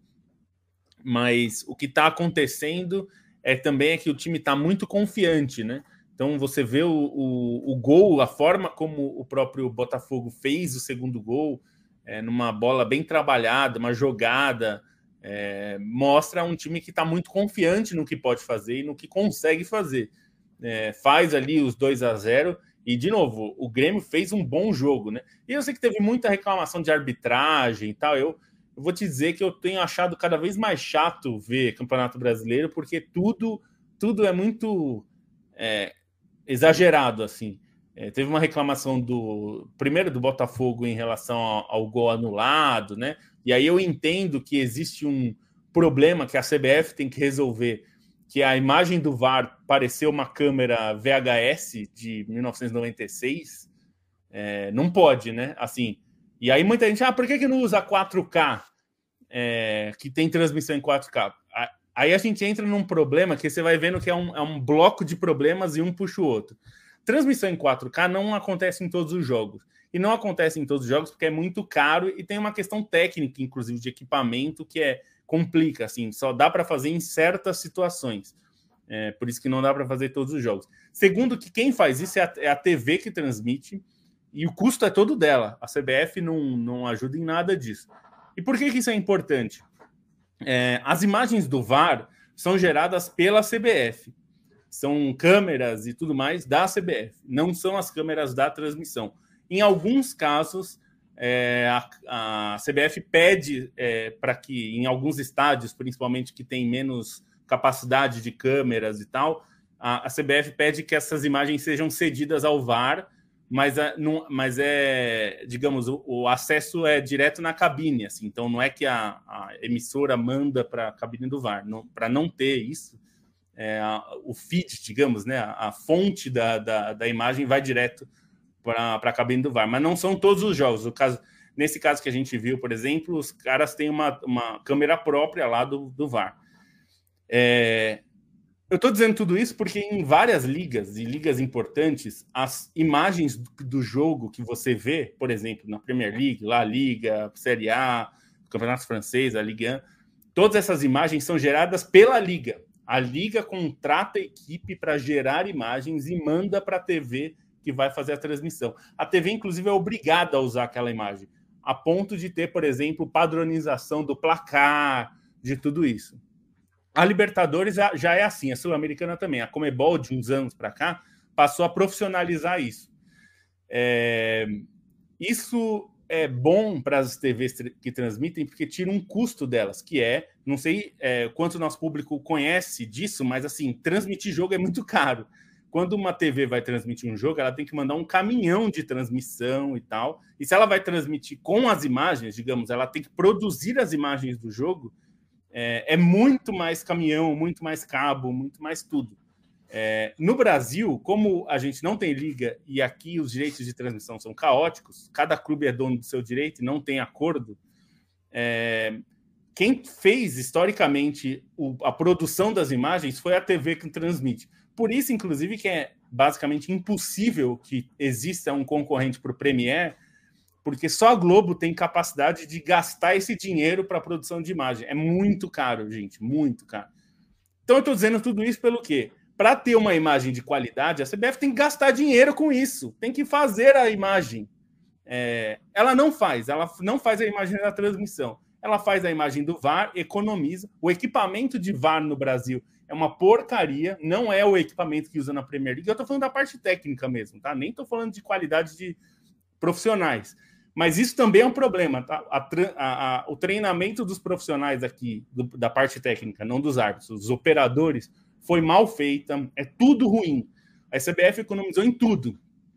mas o que está acontecendo é também é que o time está muito confiante, né? Então você vê o, o, o gol, a forma como o próprio Botafogo fez o segundo gol, é, numa bola bem trabalhada, uma jogada, é, mostra um time que está muito confiante no que pode fazer e no que consegue fazer. É, faz ali os dois a zero. E, de novo, o Grêmio fez um bom jogo, né? E eu sei que teve muita reclamação de arbitragem e tal. Eu, eu vou te dizer que eu tenho achado cada vez mais chato ver Campeonato Brasileiro, porque tudo, tudo é muito é, exagerado, assim. É, teve uma reclamação do primeiro do Botafogo em relação ao, ao gol anulado, né? E aí eu entendo que existe um problema que a C B F tem que resolver, que a imagem do V A R pareceu uma câmera V H S de mil novecentos e noventa e seis, é, não pode, né? Assim, e aí muita gente, ah, por que, que não usa quatro K, é, que tem transmissão em quatro K? Aí a gente entra num problema que você vai vendo que é um, é um bloco de problemas e um puxa o outro. Transmissão em quatro K não acontece em todos os jogos. E não acontece em todos os jogos porque é muito caro e tem uma questão técnica, inclusive, de equipamento, que é complica, assim, só dá para fazer em certas situações. É, por isso que não dá para fazer todos os jogos. Segundo, que quem faz isso é a, é a T V que transmite e o custo é todo dela. A C B F não, não ajuda em nada disso. E por que, que isso é importante? É, as imagens do V A R são geradas pela C B F. São câmeras e tudo mais da C B F. Não são as câmeras da transmissão. Em alguns casos, É, a, a C B F pede é, para que em alguns estádios, principalmente que tem menos capacidade de câmeras e tal, a, a C B F pede que essas imagens sejam cedidas ao V A R, mas, a, não, mas é, digamos, o, o acesso é direto na cabine, assim, então não é que a, a emissora manda para a cabine do V A R, para não ter isso, é, a, o feed, digamos, né, a, a fonte da, da, da imagem vai direto para a cabine do V A R, mas não são todos os jogos. O caso, nesse caso que a gente viu, por exemplo, os caras têm uma, uma câmera própria lá do, do V A R. É, eu estou dizendo tudo isso porque em várias ligas e ligas importantes, as imagens do, do jogo que você vê, por exemplo, na Premier League, La Liga, Série A, Campeonato Francês, a Ligue um, todas essas imagens são geradas pela liga. A liga contrata a equipe para gerar imagens e manda para a T V que vai fazer a transmissão. A T V, inclusive, é obrigada a usar aquela imagem, a ponto de ter, por exemplo, padronização do placar, de tudo isso. A Libertadores já é assim, a Sul-Americana também. A Conmebol, de uns anos para cá, passou a profissionalizar isso. É... Isso é bom para as T Vs que transmitem, porque tira um custo delas, que é, não sei é, quanto o nosso público conhece disso, mas assim, transmitir jogo é muito caro. Quando uma T V vai transmitir um jogo, ela tem que mandar um caminhão de transmissão e tal. E se ela vai transmitir com as imagens, digamos, ela tem que produzir as imagens do jogo, é, é muito mais caminhão, muito mais cabo, muito mais tudo. É, no Brasil, como a gente não tem liga e aqui os direitos de transmissão são caóticos, cada clube é dono do seu direito e não tem acordo, é, quem fez historicamente o, a produção das imagens foi a T V que transmite. Por isso, inclusive, que é basicamente impossível que exista um concorrente para o Premiere, porque só a Globo tem capacidade de gastar esse dinheiro para a produção de imagem. É muito caro, gente, muito caro. Então, eu estou dizendo tudo isso pelo quê? Para ter uma imagem de qualidade, a C B F tem que gastar dinheiro com isso, tem que fazer a imagem. É, ela não faz, ela não faz a imagem da transmissão. Ela faz a imagem do V A R, economiza. O equipamento de V A R no Brasil é uma porcaria, não é o equipamento que usa na Premier League. Eu estou falando da parte técnica mesmo, tá? Nem estou falando de qualidade de profissionais. Mas isso também é um problema, tá? A, a, a, o treinamento dos profissionais aqui, do, da parte técnica, não dos árbitros, dos operadores, foi mal feita, é tudo ruim. A C B F economizou em tudo.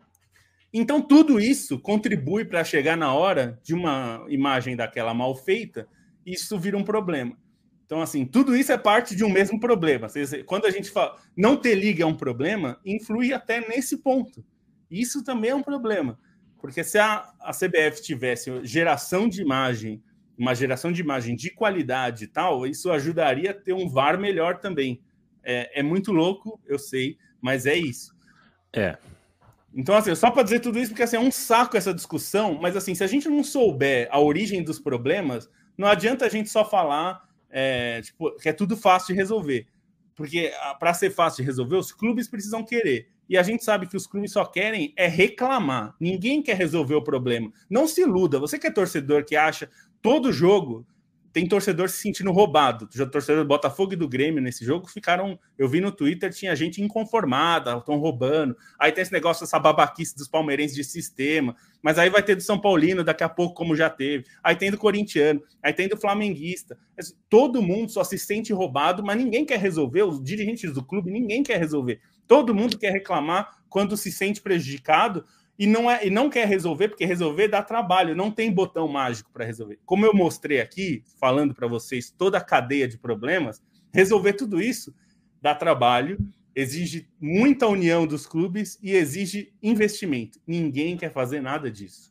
Então, tudo isso contribui para chegar na hora de uma imagem daquela mal feita, e isso vira um problema. Então, assim, tudo isso é parte de um mesmo problema. Quando a gente fala não ter liga é um problema, influi até nesse ponto. Isso também é um problema. Porque se a, a C B F tivesse geração de imagem, uma geração de imagem de qualidade e tal, isso ajudaria a ter um V A R melhor também. É, é muito louco, eu sei, mas é isso. É. Então, assim, só para dizer tudo isso, porque assim, é um saco essa discussão, mas assim, se a gente não souber a origem dos problemas, não adianta a gente só falar é, tipo, que é tudo fácil de resolver. Porque para ser fácil de resolver, os clubes precisam querer. E a gente sabe que os clubes só querem é reclamar. Ninguém quer resolver o problema. Não se iluda. Você que é torcedor, que acha todo jogo tem torcedor se sentindo roubado. O torcedor do Botafogo e do Grêmio nesse jogo ficaram... Eu vi no Twitter, tinha gente inconformada, estão roubando. Aí tem esse negócio, essa babaquice dos palmeirenses de sistema. Mas aí vai ter do São Paulino daqui a pouco, como já teve. Aí tem do corintiano. Aí tem do flamenguista. Todo mundo só se sente roubado, mas ninguém quer resolver. Os dirigentes do clube, ninguém quer resolver. Todo mundo quer reclamar quando se sente prejudicado e não, é, e não quer resolver, porque resolver dá trabalho, não tem botão mágico para resolver. Como eu mostrei aqui, falando para vocês toda a cadeia de problemas, resolver tudo isso dá trabalho, exige muita união dos clubes e exige investimento. Ninguém quer fazer nada disso.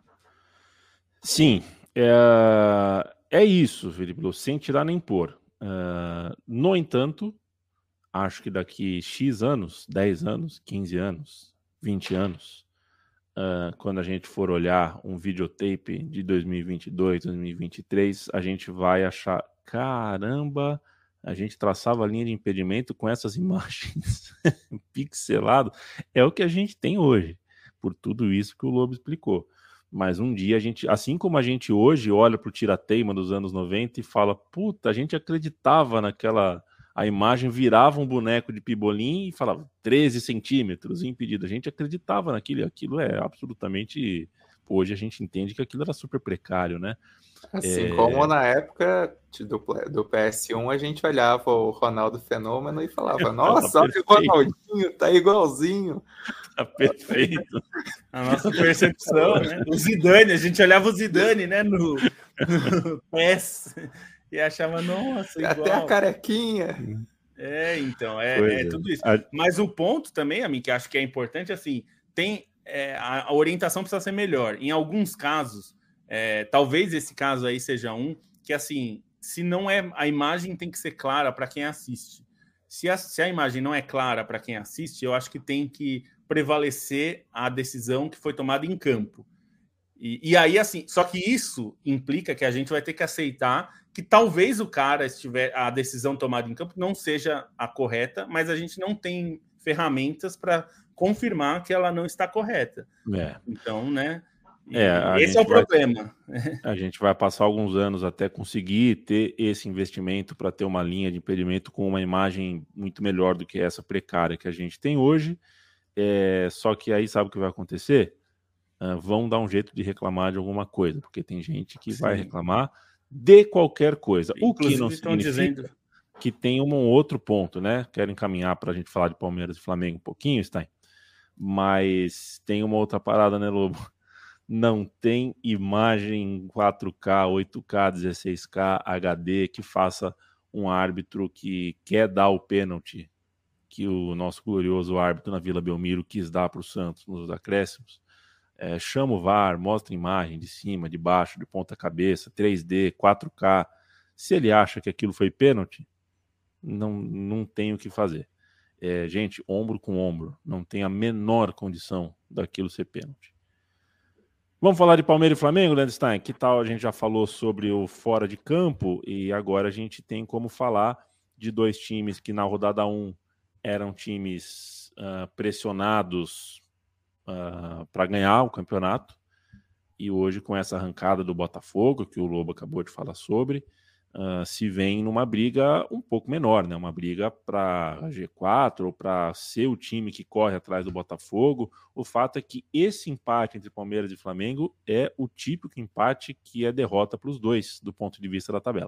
Sim, é, é isso, Felipe, sem tirar nem pôr. Uh, no entanto, acho que daqui X anos, dez anos, quinze anos, vinte anos, uh, quando a gente for olhar um videotape de dois mil e vinte e dois, dois mil e vinte e três, a gente vai achar, caramba, a gente traçava a linha de impedimento com essas imagens pixelado. É o que a gente tem hoje, por tudo isso que o Lobo explicou. Mas um dia a gente, assim como a gente hoje olha para o tira-teima dos anos noventa e fala, puta, a gente acreditava naquela... A imagem virava um boneco de pibolim e falava treze centímetros impedido. A gente acreditava naquilo e aquilo é absolutamente... Hoje a gente entende que aquilo era super precário, né? Assim é... como na época do, do P S um a gente olhava o Ronaldo Fenômeno e falava, nossa, olha o Ronaldinho, tá igualzinho. Tá perfeito. A nossa percepção, né? O Zidane, a gente olhava o Zidane, né, no, no P E S e achava, nossa, igual. Até a carequinha. É, então, é, é, é tudo isso. Mas o ponto também, a mim, que acho que é importante, assim, tem é, a, a orientação precisa ser melhor. Em alguns casos, é, talvez esse caso aí seja um, que assim, se não é, a imagem tem que ser clara para quem assiste. Se a, se a imagem não é clara para quem assiste, eu acho que tem que prevalecer a decisão que foi tomada em campo. E, e aí, assim, só que isso implica que a gente vai ter que aceitar que talvez o cara estiver, a decisão tomada em campo não seja a correta, mas a gente não tem ferramentas para confirmar que ela não está correta. É. Então, né? É, esse é o vai, problema. A gente vai passar alguns anos até conseguir ter esse investimento para ter uma linha de impedimento com uma imagem muito melhor do que essa precária que a gente tem hoje. É, só que aí sabe o que vai acontecer? uh, vão dar um jeito de reclamar de alguma coisa, porque tem gente que Sim. vai reclamar de qualquer coisa. Inclusive, o que não significa dizendo... que tem um outro ponto, né? Quero encaminhar para a gente falar de Palmeiras e Flamengo um pouquinho, Stein, mas tem uma outra parada, né, Lobo? Não tem imagem em quatro K, oito K, dezesseis K, H D que faça um árbitro que quer dar o pênalti que o nosso glorioso árbitro na Vila Belmiro quis dar para o Santos nos acréscimos. É, chama o V A R, mostra imagem de cima, de baixo, de ponta cabeça, três D, quatro K. Se ele acha que aquilo foi pênalti, não, não tem o que fazer. É, gente, ombro com ombro, não tem a menor condição daquilo ser pênalti. Vamos falar de Palmeiras e Flamengo, Landstein? Que tal? A gente já falou sobre o fora de campo e agora a gente tem como falar de dois times que na rodada um eram times uh, pressionados uh, para ganhar o campeonato e hoje com essa arrancada do Botafogo, que o Lobo acabou de falar sobre, Uh, se vem numa briga um pouco menor, né? Uma briga para G quatro ou para ser o time que corre atrás do Botafogo. O fato é que esse empate entre Palmeiras e Flamengo é o típico empate que é derrota para os dois, do ponto de vista da tabela.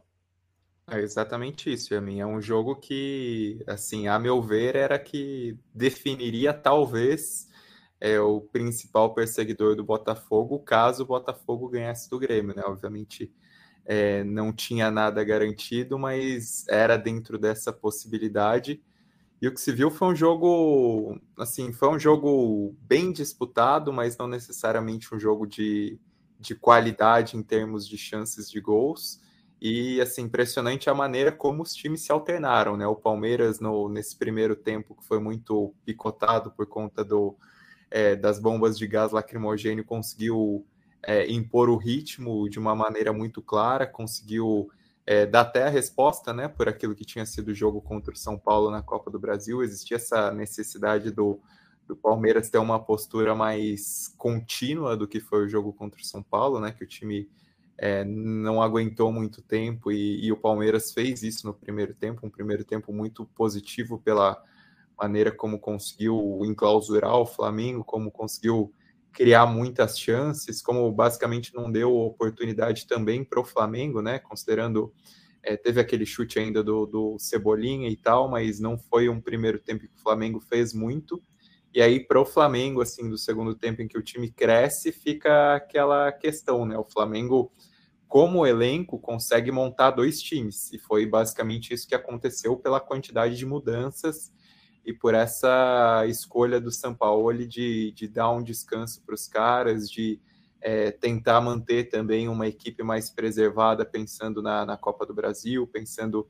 É exatamente isso, Yamin. É um jogo que, assim, a meu ver, era que definiria talvez é, o principal perseguidor do Botafogo, caso o Botafogo ganhasse do Grêmio, né? Obviamente, É, não tinha nada garantido, mas era dentro dessa possibilidade. E o que se viu foi um jogo, assim, foi um jogo bem disputado, mas não necessariamente um jogo de, de qualidade em termos de chances de gols. E, assim, impressionante a maneira como os times se alternaram, né? O Palmeiras, no, nesse primeiro tempo, que foi muito picotado por conta do, é, das bombas de gás lacrimogêneo, conseguiu É, impor o ritmo de uma maneira muito clara, conseguiu é, dar até a resposta, né, por aquilo que tinha sido o jogo contra o São Paulo na Copa do Brasil. Existia essa necessidade do, do Palmeiras ter uma postura mais contínua do que foi o jogo contra o São Paulo, né, que o time é, não aguentou muito tempo e, e o Palmeiras fez isso no primeiro tempo, um primeiro tempo muito positivo pela maneira como conseguiu enclausurar o Flamengo, como conseguiu criar muitas chances, como basicamente não deu oportunidade também para o Flamengo, né? Considerando, é, teve aquele chute ainda do, do Cebolinha e tal, mas não foi um primeiro tempo que o Flamengo fez muito. E aí, para o Flamengo, assim, do segundo tempo em que o time cresce, fica aquela questão, né? O Flamengo, como elenco, consegue montar dois times, e foi basicamente isso que aconteceu pela quantidade de mudanças e por essa escolha do Sampaoli de, de dar um descanso para os caras, de é, tentar manter também uma equipe mais preservada, pensando na, na Copa do Brasil, pensando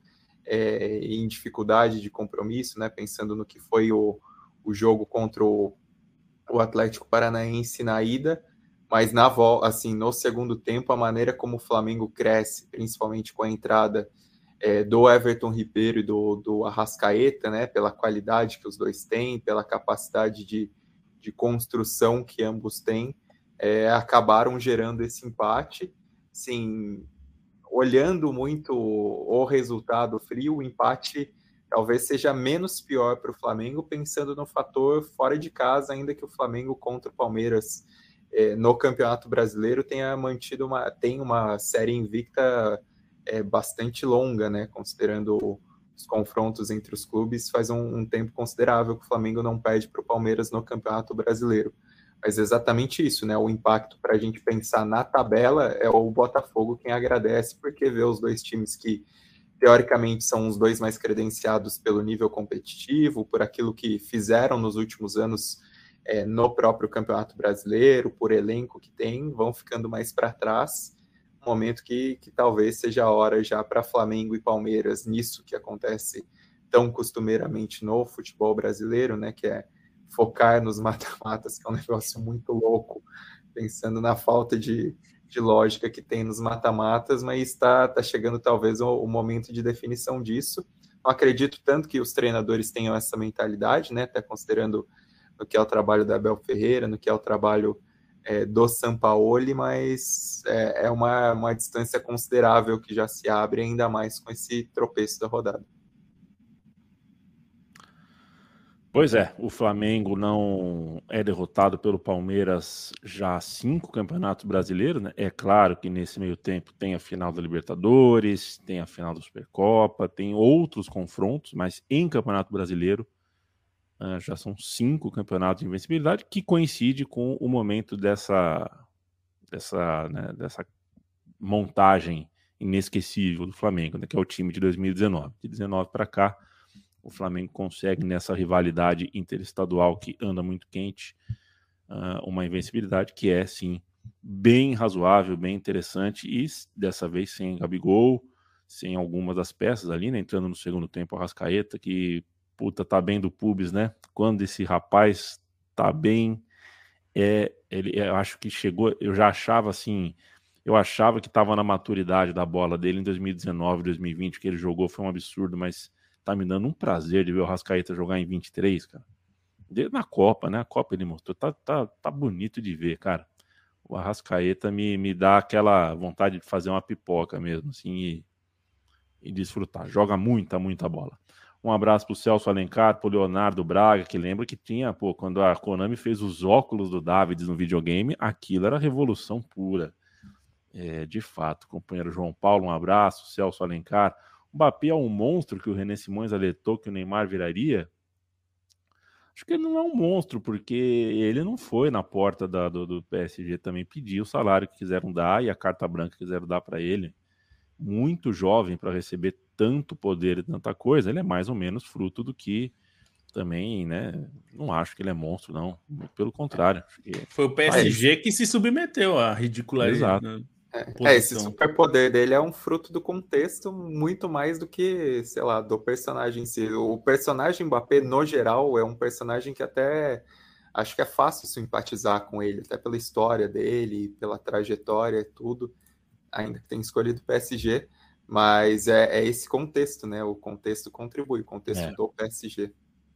é, em dificuldade de compromisso, né, pensando no que foi o, o jogo contra o, o Atlético Paranaense na ida, mas na assim, no segundo tempo, a maneira como o Flamengo cresce, principalmente com a entrada É, do Everton Ribeiro e do, do Arrascaeta, né, pela qualidade que os dois têm, pela capacidade de, de construção que ambos têm, é, acabaram gerando esse empate. Sim, olhando muito o resultado frio, o empate talvez seja menos pior para o Flamengo, pensando no fator fora de casa, ainda que o Flamengo contra o Palmeiras é, no Campeonato Brasileiro tenha mantido uma, tem uma série invicta é bastante longa, né? Considerando os confrontos entre os clubes, faz um, um tempo considerável que o Flamengo não perde para o Palmeiras no Campeonato Brasileiro. Mas é exatamente isso, né? O impacto para a gente pensar na tabela é o Botafogo quem agradece, porque vê os dois times que, teoricamente, são os dois mais credenciados pelo nível competitivo, por aquilo que fizeram nos últimos anos é, no próprio Campeonato Brasileiro, por elenco que tem, vão ficando mais para trás. Momento que, que talvez seja a hora já para Flamengo e Palmeiras, nisso que acontece tão costumeiramente no futebol brasileiro, né, que é focar nos mata-matas, que é um negócio muito louco, pensando na falta de, de lógica que tem nos mata-matas, mas está tá chegando talvez o, o momento de definição disso. Não acredito tanto que os treinadores tenham essa mentalidade, né, até considerando no que é o trabalho da Abel Ferreira, no que é o trabalho É, do Sampaoli, mas é, é uma, uma distância considerável que já se abre, ainda mais com esse tropeço da rodada. Pois é, o Flamengo não é derrotado pelo Palmeiras já há cinco campeonatos brasileiros, né? É claro que nesse meio tempo tem a final da Libertadores, tem a final da Supercopa, tem outros confrontos, mas em Campeonato Brasileiro uh, já são cinco campeonatos de invencibilidade, que coincide com o momento dessa, dessa, né, dessa montagem inesquecível do Flamengo, né, que é o time de dois mil e dezenove. De dezenove para cá, o Flamengo consegue, nessa rivalidade interestadual que anda muito quente, uh, uma invencibilidade que é, sim, bem razoável, bem interessante, e dessa vez sem Gabigol, sem algumas das peças ali, né, entrando no segundo tempo o Arrascaeta, que, puta, tá bem do pubis, né? Quando esse rapaz tá bem, é, ele, eu acho que chegou, eu já achava assim, eu achava que tava na maturidade da bola dele em dois mil e dezenove, dois mil e vinte, que ele jogou, foi um absurdo, mas tá me dando um prazer de ver o Arrascaeta jogar em vinte e três, cara. Desde na Copa, né? A Copa ele mostrou. Tá, tá, tá bonito de ver, cara. O Arrascaeta me, me dá aquela vontade de fazer uma pipoca mesmo, assim, e, e desfrutar. Joga muita, muita bola. Um abraço pro Celso Alencar, pro Leonardo Braga, que lembra que tinha, pô, quando a Konami fez os óculos do Davids no videogame, aquilo era revolução pura. É, de fato. Companheiro João Paulo, um abraço. Celso Alencar. O Mbappé é um monstro que o René Simões alertou que o Neymar viraria? Acho que ele não é um monstro, porque ele não foi na porta da, do, do P S G também pedir o salário que quiseram dar e a carta branca que quiseram dar para ele. Muito jovem para receber tanto poder e tanta coisa, ele é mais ou menos fruto do que também, né? Não acho que ele é monstro, não. Pelo contrário. Acho que... Foi o P S G ah, que se submeteu à ridicularidade. Exato. É, esse superpoder dele é um fruto do contexto muito mais do que, sei lá, do personagem em si. O personagem Mbappé, no geral, é um personagem que até acho que é fácil simpatizar com ele, até pela história dele, pela trajetória e tudo, ainda que tenha escolhido o P S G, mas é, é esse contexto, né? O contexto contribui, o contexto é. do P S G.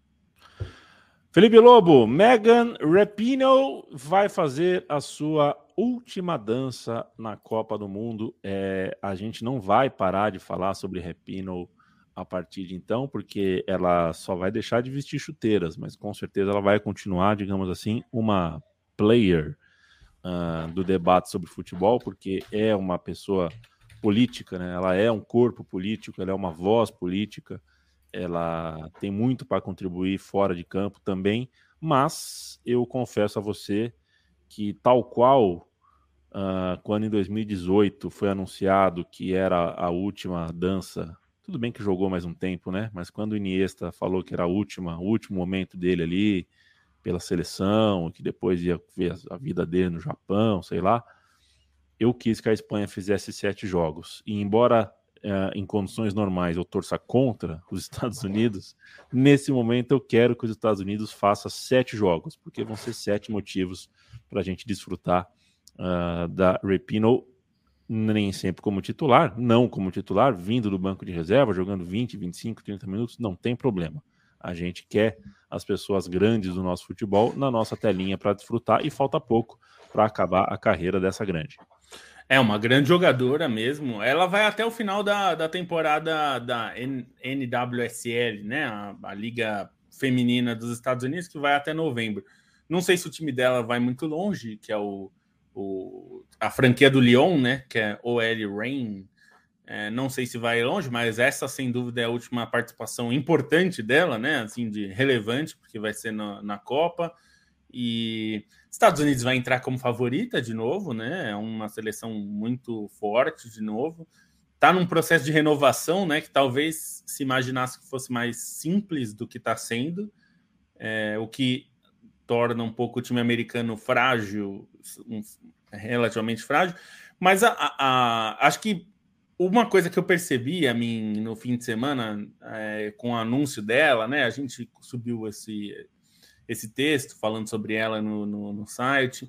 Felipe Lobo, Megan Rapinoe vai fazer a sua última dança na Copa do Mundo. É, a gente não vai parar de falar sobre Rapinoe a partir de então, porque ela só vai deixar de vestir chuteiras, mas com certeza ela vai continuar, digamos assim, uma player uh, do debate sobre futebol, porque é uma pessoa política, né? Ela é um corpo político, ela é uma voz política. Ela tem muito para contribuir fora de campo também, mas eu confesso a você que, tal qual uh, quando em dois mil e dezoito foi anunciado que era a última dança, tudo bem que jogou mais um tempo, né? Mas quando o Iniesta falou que era a última, o último momento dele ali pela seleção, que depois ia ver a vida dele no Japão, sei lá, eu quis que a Espanha fizesse sete jogos. E embora Uh, em condições normais eu torça contra os Estados Unidos, nesse momento eu quero que os Estados Unidos façam sete jogos, porque vão ser sete motivos para a gente desfrutar uh, da Rapinoe, nem sempre como titular, não como titular, vindo do banco de reserva, jogando vinte, vinte e cinco, trinta minutos, não tem problema. A gente quer as pessoas grandes do nosso futebol na nossa telinha para desfrutar, e falta pouco para acabar a carreira dessa grande. É uma grande jogadora mesmo. Ela vai até o final da, da temporada da N W S L, né? A, a Liga Feminina dos Estados Unidos, que vai até novembro. Não sei se o time dela vai muito longe, que é o, o, a franquia do Lyon, né? Que é O L Reign. É, não sei se vai longe, mas essa, sem dúvida, é a última participação importante dela, né? Assim, de relevante, porque vai ser na, na Copa. E Estados Unidos vai entrar como favorita de novo, né? É uma seleção muito forte de novo. Tá num processo de renovação, né? Que talvez se imaginasse que fosse mais simples do que está sendo, é, o que torna um pouco o time americano frágil, um, relativamente frágil. Mas a, a, a, acho que uma coisa que eu percebi a mim no fim de semana, é, com o anúncio dela, né? A gente subiu esse esse texto falando sobre ela no, no, no site,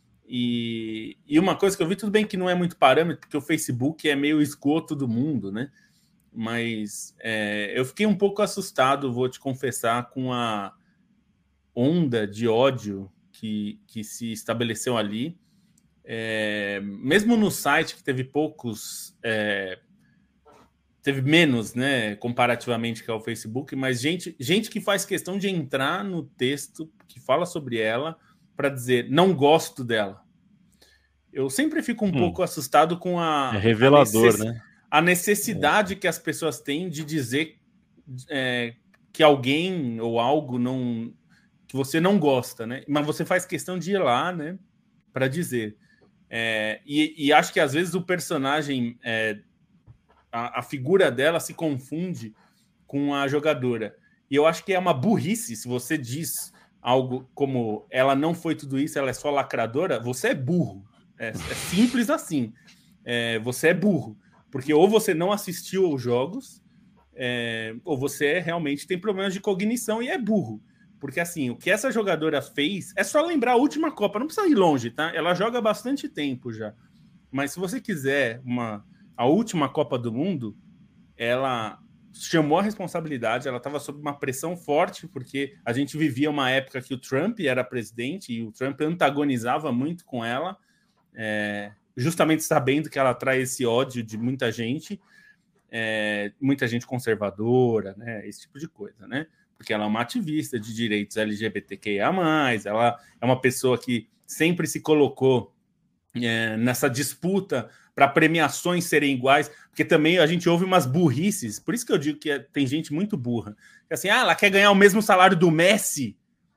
e, e uma coisa que eu vi, tudo bem que não é muito parâmetro, porque o Facebook é meio esgoto do mundo, né? Mas é, eu fiquei um pouco assustado, vou te confessar, com a onda de ódio que, que se estabeleceu ali. É, mesmo no site, que teve poucos... É, teve menos, né, comparativamente que ao Facebook, mas gente, gente que faz questão de entrar no texto que fala sobre ela para dizer, não gosto dela. Eu sempre fico um hum. pouco assustado com a... É revelador, a necess... né? A necessidade é. que as pessoas têm de dizer é, que alguém ou algo não... que você não gosta, né? Mas você faz questão de ir lá, né, para dizer. É, e, e acho que às vezes o personagem, é, a, a figura dela se confunde com a jogadora. E eu acho que é uma burrice se você diz algo como ela não foi tudo isso, ela é só lacradora, você é burro. É, é simples assim. É, você é burro. Porque ou você não assistiu aos jogos, é, ou você realmente tem problemas de cognição e é burro. Porque, assim, o que essa jogadora fez... É só lembrar a última Copa. Não precisa ir longe, tá? Ela joga há bastante tempo já. Mas se você quiser uma, a última Copa do Mundo, ela chamou a responsabilidade, ela estava sob uma pressão forte, porque a gente vivia uma época que o Trump era presidente e o Trump antagonizava muito com ela, é, justamente sabendo que ela atrai esse ódio de muita gente, é, muita gente conservadora, né? Esse tipo de coisa, né? Porque ela é uma ativista de direitos L G B T Q I A mais, ela é uma pessoa que sempre se colocou é, nessa disputa para premiações serem iguais, porque também a gente ouve umas burrices, por isso que eu digo que é, tem gente muito burra, que assim, ah, ela quer ganhar o mesmo salário do Messi.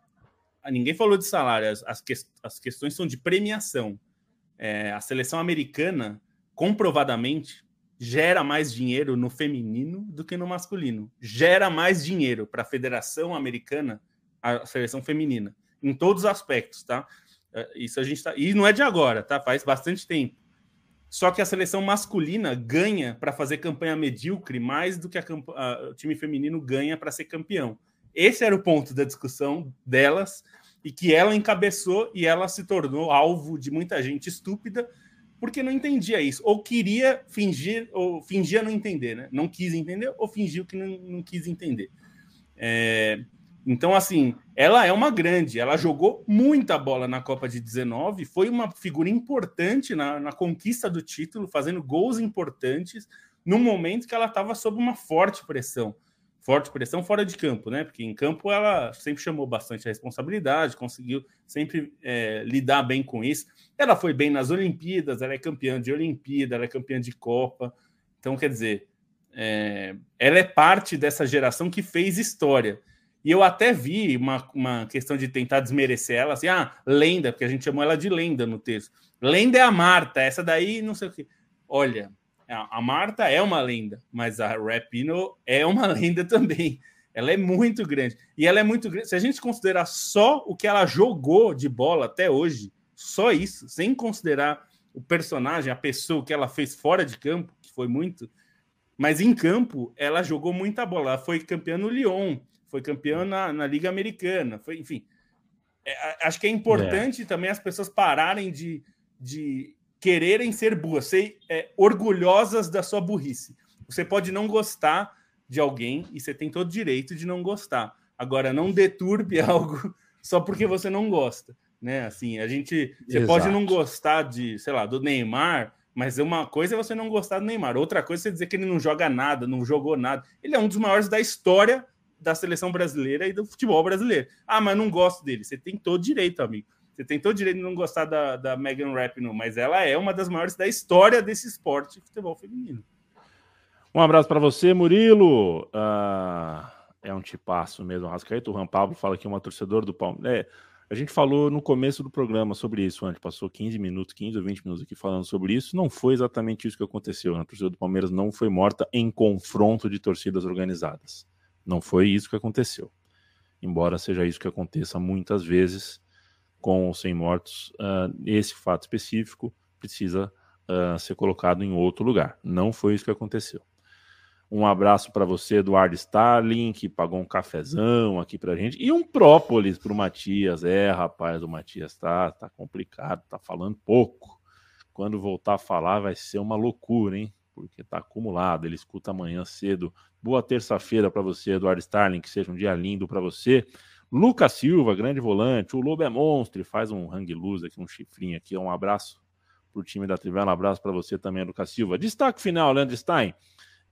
Ah, ninguém falou de salário, as, as, que, as questões são de premiação. É, a seleção americana, comprovadamente, gera mais dinheiro no feminino do que no masculino. Gera mais dinheiro para a Federação Americana, a seleção feminina, em todos os aspectos, tá? Isso a gente tá... E não é de agora, tá? Faz bastante tempo. Só que a seleção masculina ganha para fazer campanha medíocre mais do que a camp... a... o time feminino ganha para ser campeão. Esse era o ponto da discussão delas e que ela encabeçou e ela se tornou alvo de muita gente estúpida porque não entendia isso, ou queria fingir, ou fingia não entender, né? Não quis entender, ou fingiu que não, não quis entender. É... Então, assim, ela é uma grande, ela jogou muita bola na Copa de dezenove, foi uma figura importante na, na conquista do título, fazendo gols importantes, num momento que ela estava sob uma forte pressão. Forte pressão fora de campo, né? Porque em campo ela sempre chamou bastante a responsabilidade, conseguiu sempre é, lidar bem com isso. Ela foi bem nas Olimpíadas, ela é campeã de Olimpíada, ela é campeã de Copa. Então, quer dizer, é, ela é parte dessa geração que fez história. E eu até vi uma, uma questão de tentar desmerecer ela, assim, ah, lenda, porque a gente chamou ela de lenda no texto. Lenda é a Marta, essa daí não sei o quê. Olha, a Marta é uma lenda, mas a Rapinoe é uma lenda também. Ela é muito grande. E ela é muito grande. Se a gente considerar só o que ela jogou de bola até hoje, só isso, sem considerar o personagem, a pessoa que ela fez fora de campo, que foi muito, mas em campo ela jogou muita bola. Ela foi campeã no Lyon, foi campeã na, na Liga Americana, foi, enfim. É, acho que é importante é. também as pessoas pararem de, de quererem ser burras, ser é, orgulhosas da sua burrice. Você pode não gostar de alguém e você tem todo o direito de não gostar. Agora, não deturpe algo só porque você não gosta, né? Assim, a gente... Você Exato. Pode não gostar de, sei lá, do Neymar, mas uma coisa é você não gostar do Neymar. Outra coisa é você dizer que ele não joga nada, não jogou nada. Ele é um dos maiores da história da seleção brasileira e do futebol brasileiro. Ah, mas não gosto dele. Você tem todo direito, amigo. Você tem todo direito de não gostar da, da Megan Rapinoe, mas ela é uma das maiores da história desse esporte de futebol feminino. Um abraço para você, Murilo. Uh, é um tipaço mesmo, Rascaeta. O Juan Pablo fala que é uma torcedora do Palmeiras. É, a gente falou no começo do programa sobre isso, antes passou quinze minutos, quinze ou vinte minutos aqui falando sobre isso. Não foi exatamente isso que aconteceu. A torcida do Palmeiras não foi morta em confronto de torcidas organizadas. Não foi isso que aconteceu. Embora seja isso que aconteça muitas vezes com ou sem mortos, uh, esse fato específico precisa uh, ser colocado em outro lugar. Não foi isso que aconteceu. Um abraço para você, Eduardo Starling, que pagou um cafezão aqui pra gente. E um própolis pro Matias. É, rapaz, o Matias tá, tá complicado, tá falando pouco. Quando voltar a falar vai ser uma loucura, hein? Porque tá acumulado. Ele escuta amanhã cedo. Boa terça-feira para você, Eduardo Starling. Que seja um dia lindo para você. Lucas Silva, grande volante. O Lobo é monstro. Faz um hang loose aqui, um chifrinho aqui. Um abraço pro time da Trivela. Um abraço para você também, Lucas Silva. Destaque final, Leandro Stein.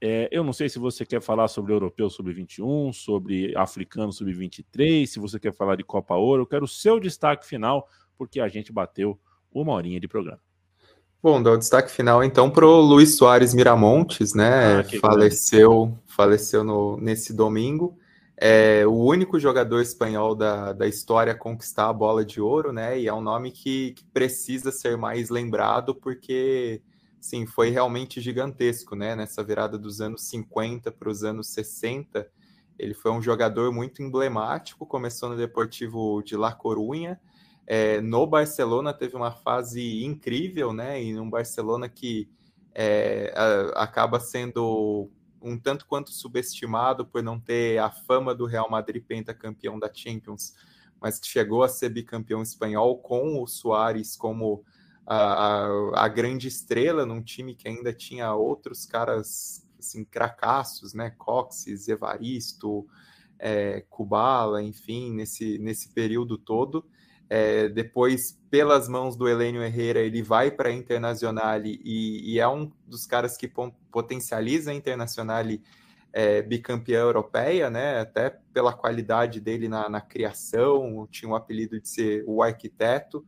É, eu não sei se você quer falar sobre Europeu sub vinte e um, sobre Africano sub vinte e três, se você quer falar de Copa Ouro. Eu quero o seu destaque final, porque a gente bateu uma horinha de programa. Bom, dá o destaque final então para o Luís Soares Miramontes, né? Ah, faleceu faleceu no, nesse domingo. É o único jogador espanhol da, da história a conquistar a bola de ouro, né? E é um nome que, que precisa ser mais lembrado, porque sim, foi realmente gigantesco, né? Nessa virada dos anos cinquenta para os anos sessenta. Ele foi um jogador muito emblemático, começou no Deportivo de La Coruña. É, no Barcelona teve uma fase incrível, né? E um Barcelona que é, a, acaba sendo um tanto quanto subestimado por não ter a fama do Real Madrid pentacampeão da Champions, mas que chegou a ser bicampeão espanhol com o Suárez como a, a, a grande estrela num time que ainda tinha outros caras assim, cracassos, né? Coxes, Evaristo, é, Kubala, enfim, nesse, nesse período todo. É, depois, pelas mãos do Helenio Herrera, ele vai para a Internacional e, e é um dos caras que potencializa a Internacional é, bicampeã europeia, né? Até pela qualidade dele na, na criação, tinha o apelido de ser o arquiteto.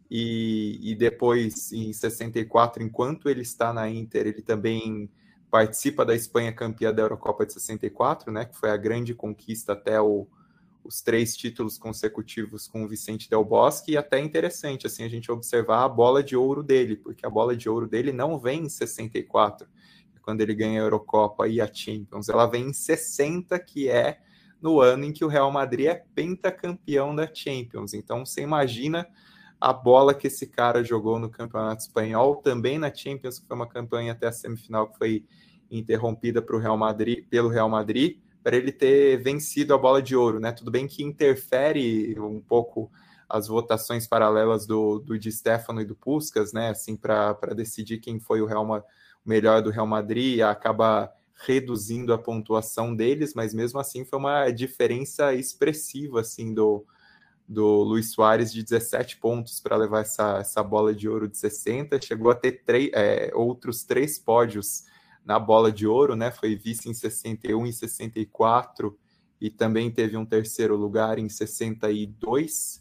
E, e depois, em sessenta e quatro, enquanto ele está na Inter, ele também participa da Espanha campeã da Eurocopa de sessenta e quatro, né? Que foi a grande conquista até o os três títulos consecutivos com o Vicente Del Bosque, e até interessante assim, a gente observar a bola de ouro dele, porque a bola de ouro dele não vem em sessenta e quatro, quando ele ganha a Eurocopa e a Champions, ela vem em sessenta, que é no ano em que o Real Madrid é pentacampeão da Champions. Então você imagina a bola que esse cara jogou no Campeonato Espanhol, também na Champions, que foi uma campanha até a semifinal que foi interrompida pro Real Madrid, pelo Real Madrid, para ele ter vencido a bola de ouro, né? Tudo bem que interfere um pouco as votações paralelas do, do Di Stéfano e do Puskás, né? Assim, para decidir quem foi o, Real, o melhor do Real Madrid, acaba reduzindo a pontuação deles, mas mesmo assim foi uma diferença expressiva, assim, do, do Luís Soares, de dezessete pontos para levar essa, essa bola de ouro de sessenta, chegou a ter três, é, outros três pódios na bola de ouro, né? Foi vice em sessenta e um, em sessenta e quatro, e também teve um terceiro lugar em sessenta e dois,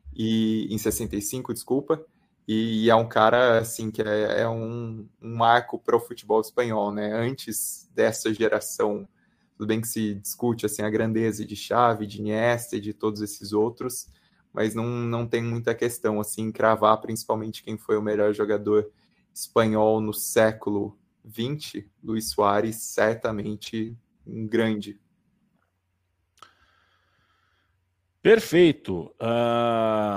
e em sessenta e cinco, desculpa, e é um cara, assim, que é, é um, um marco para o futebol espanhol, né? Antes dessa geração, tudo bem que se discute, assim, a grandeza de Xavi, de Iniesta e de todos esses outros, mas não, não tem muita questão, assim, cravar principalmente quem foi o melhor jogador espanhol no século vinte, Luís Soares, certamente um grande. Perfeito. Uh...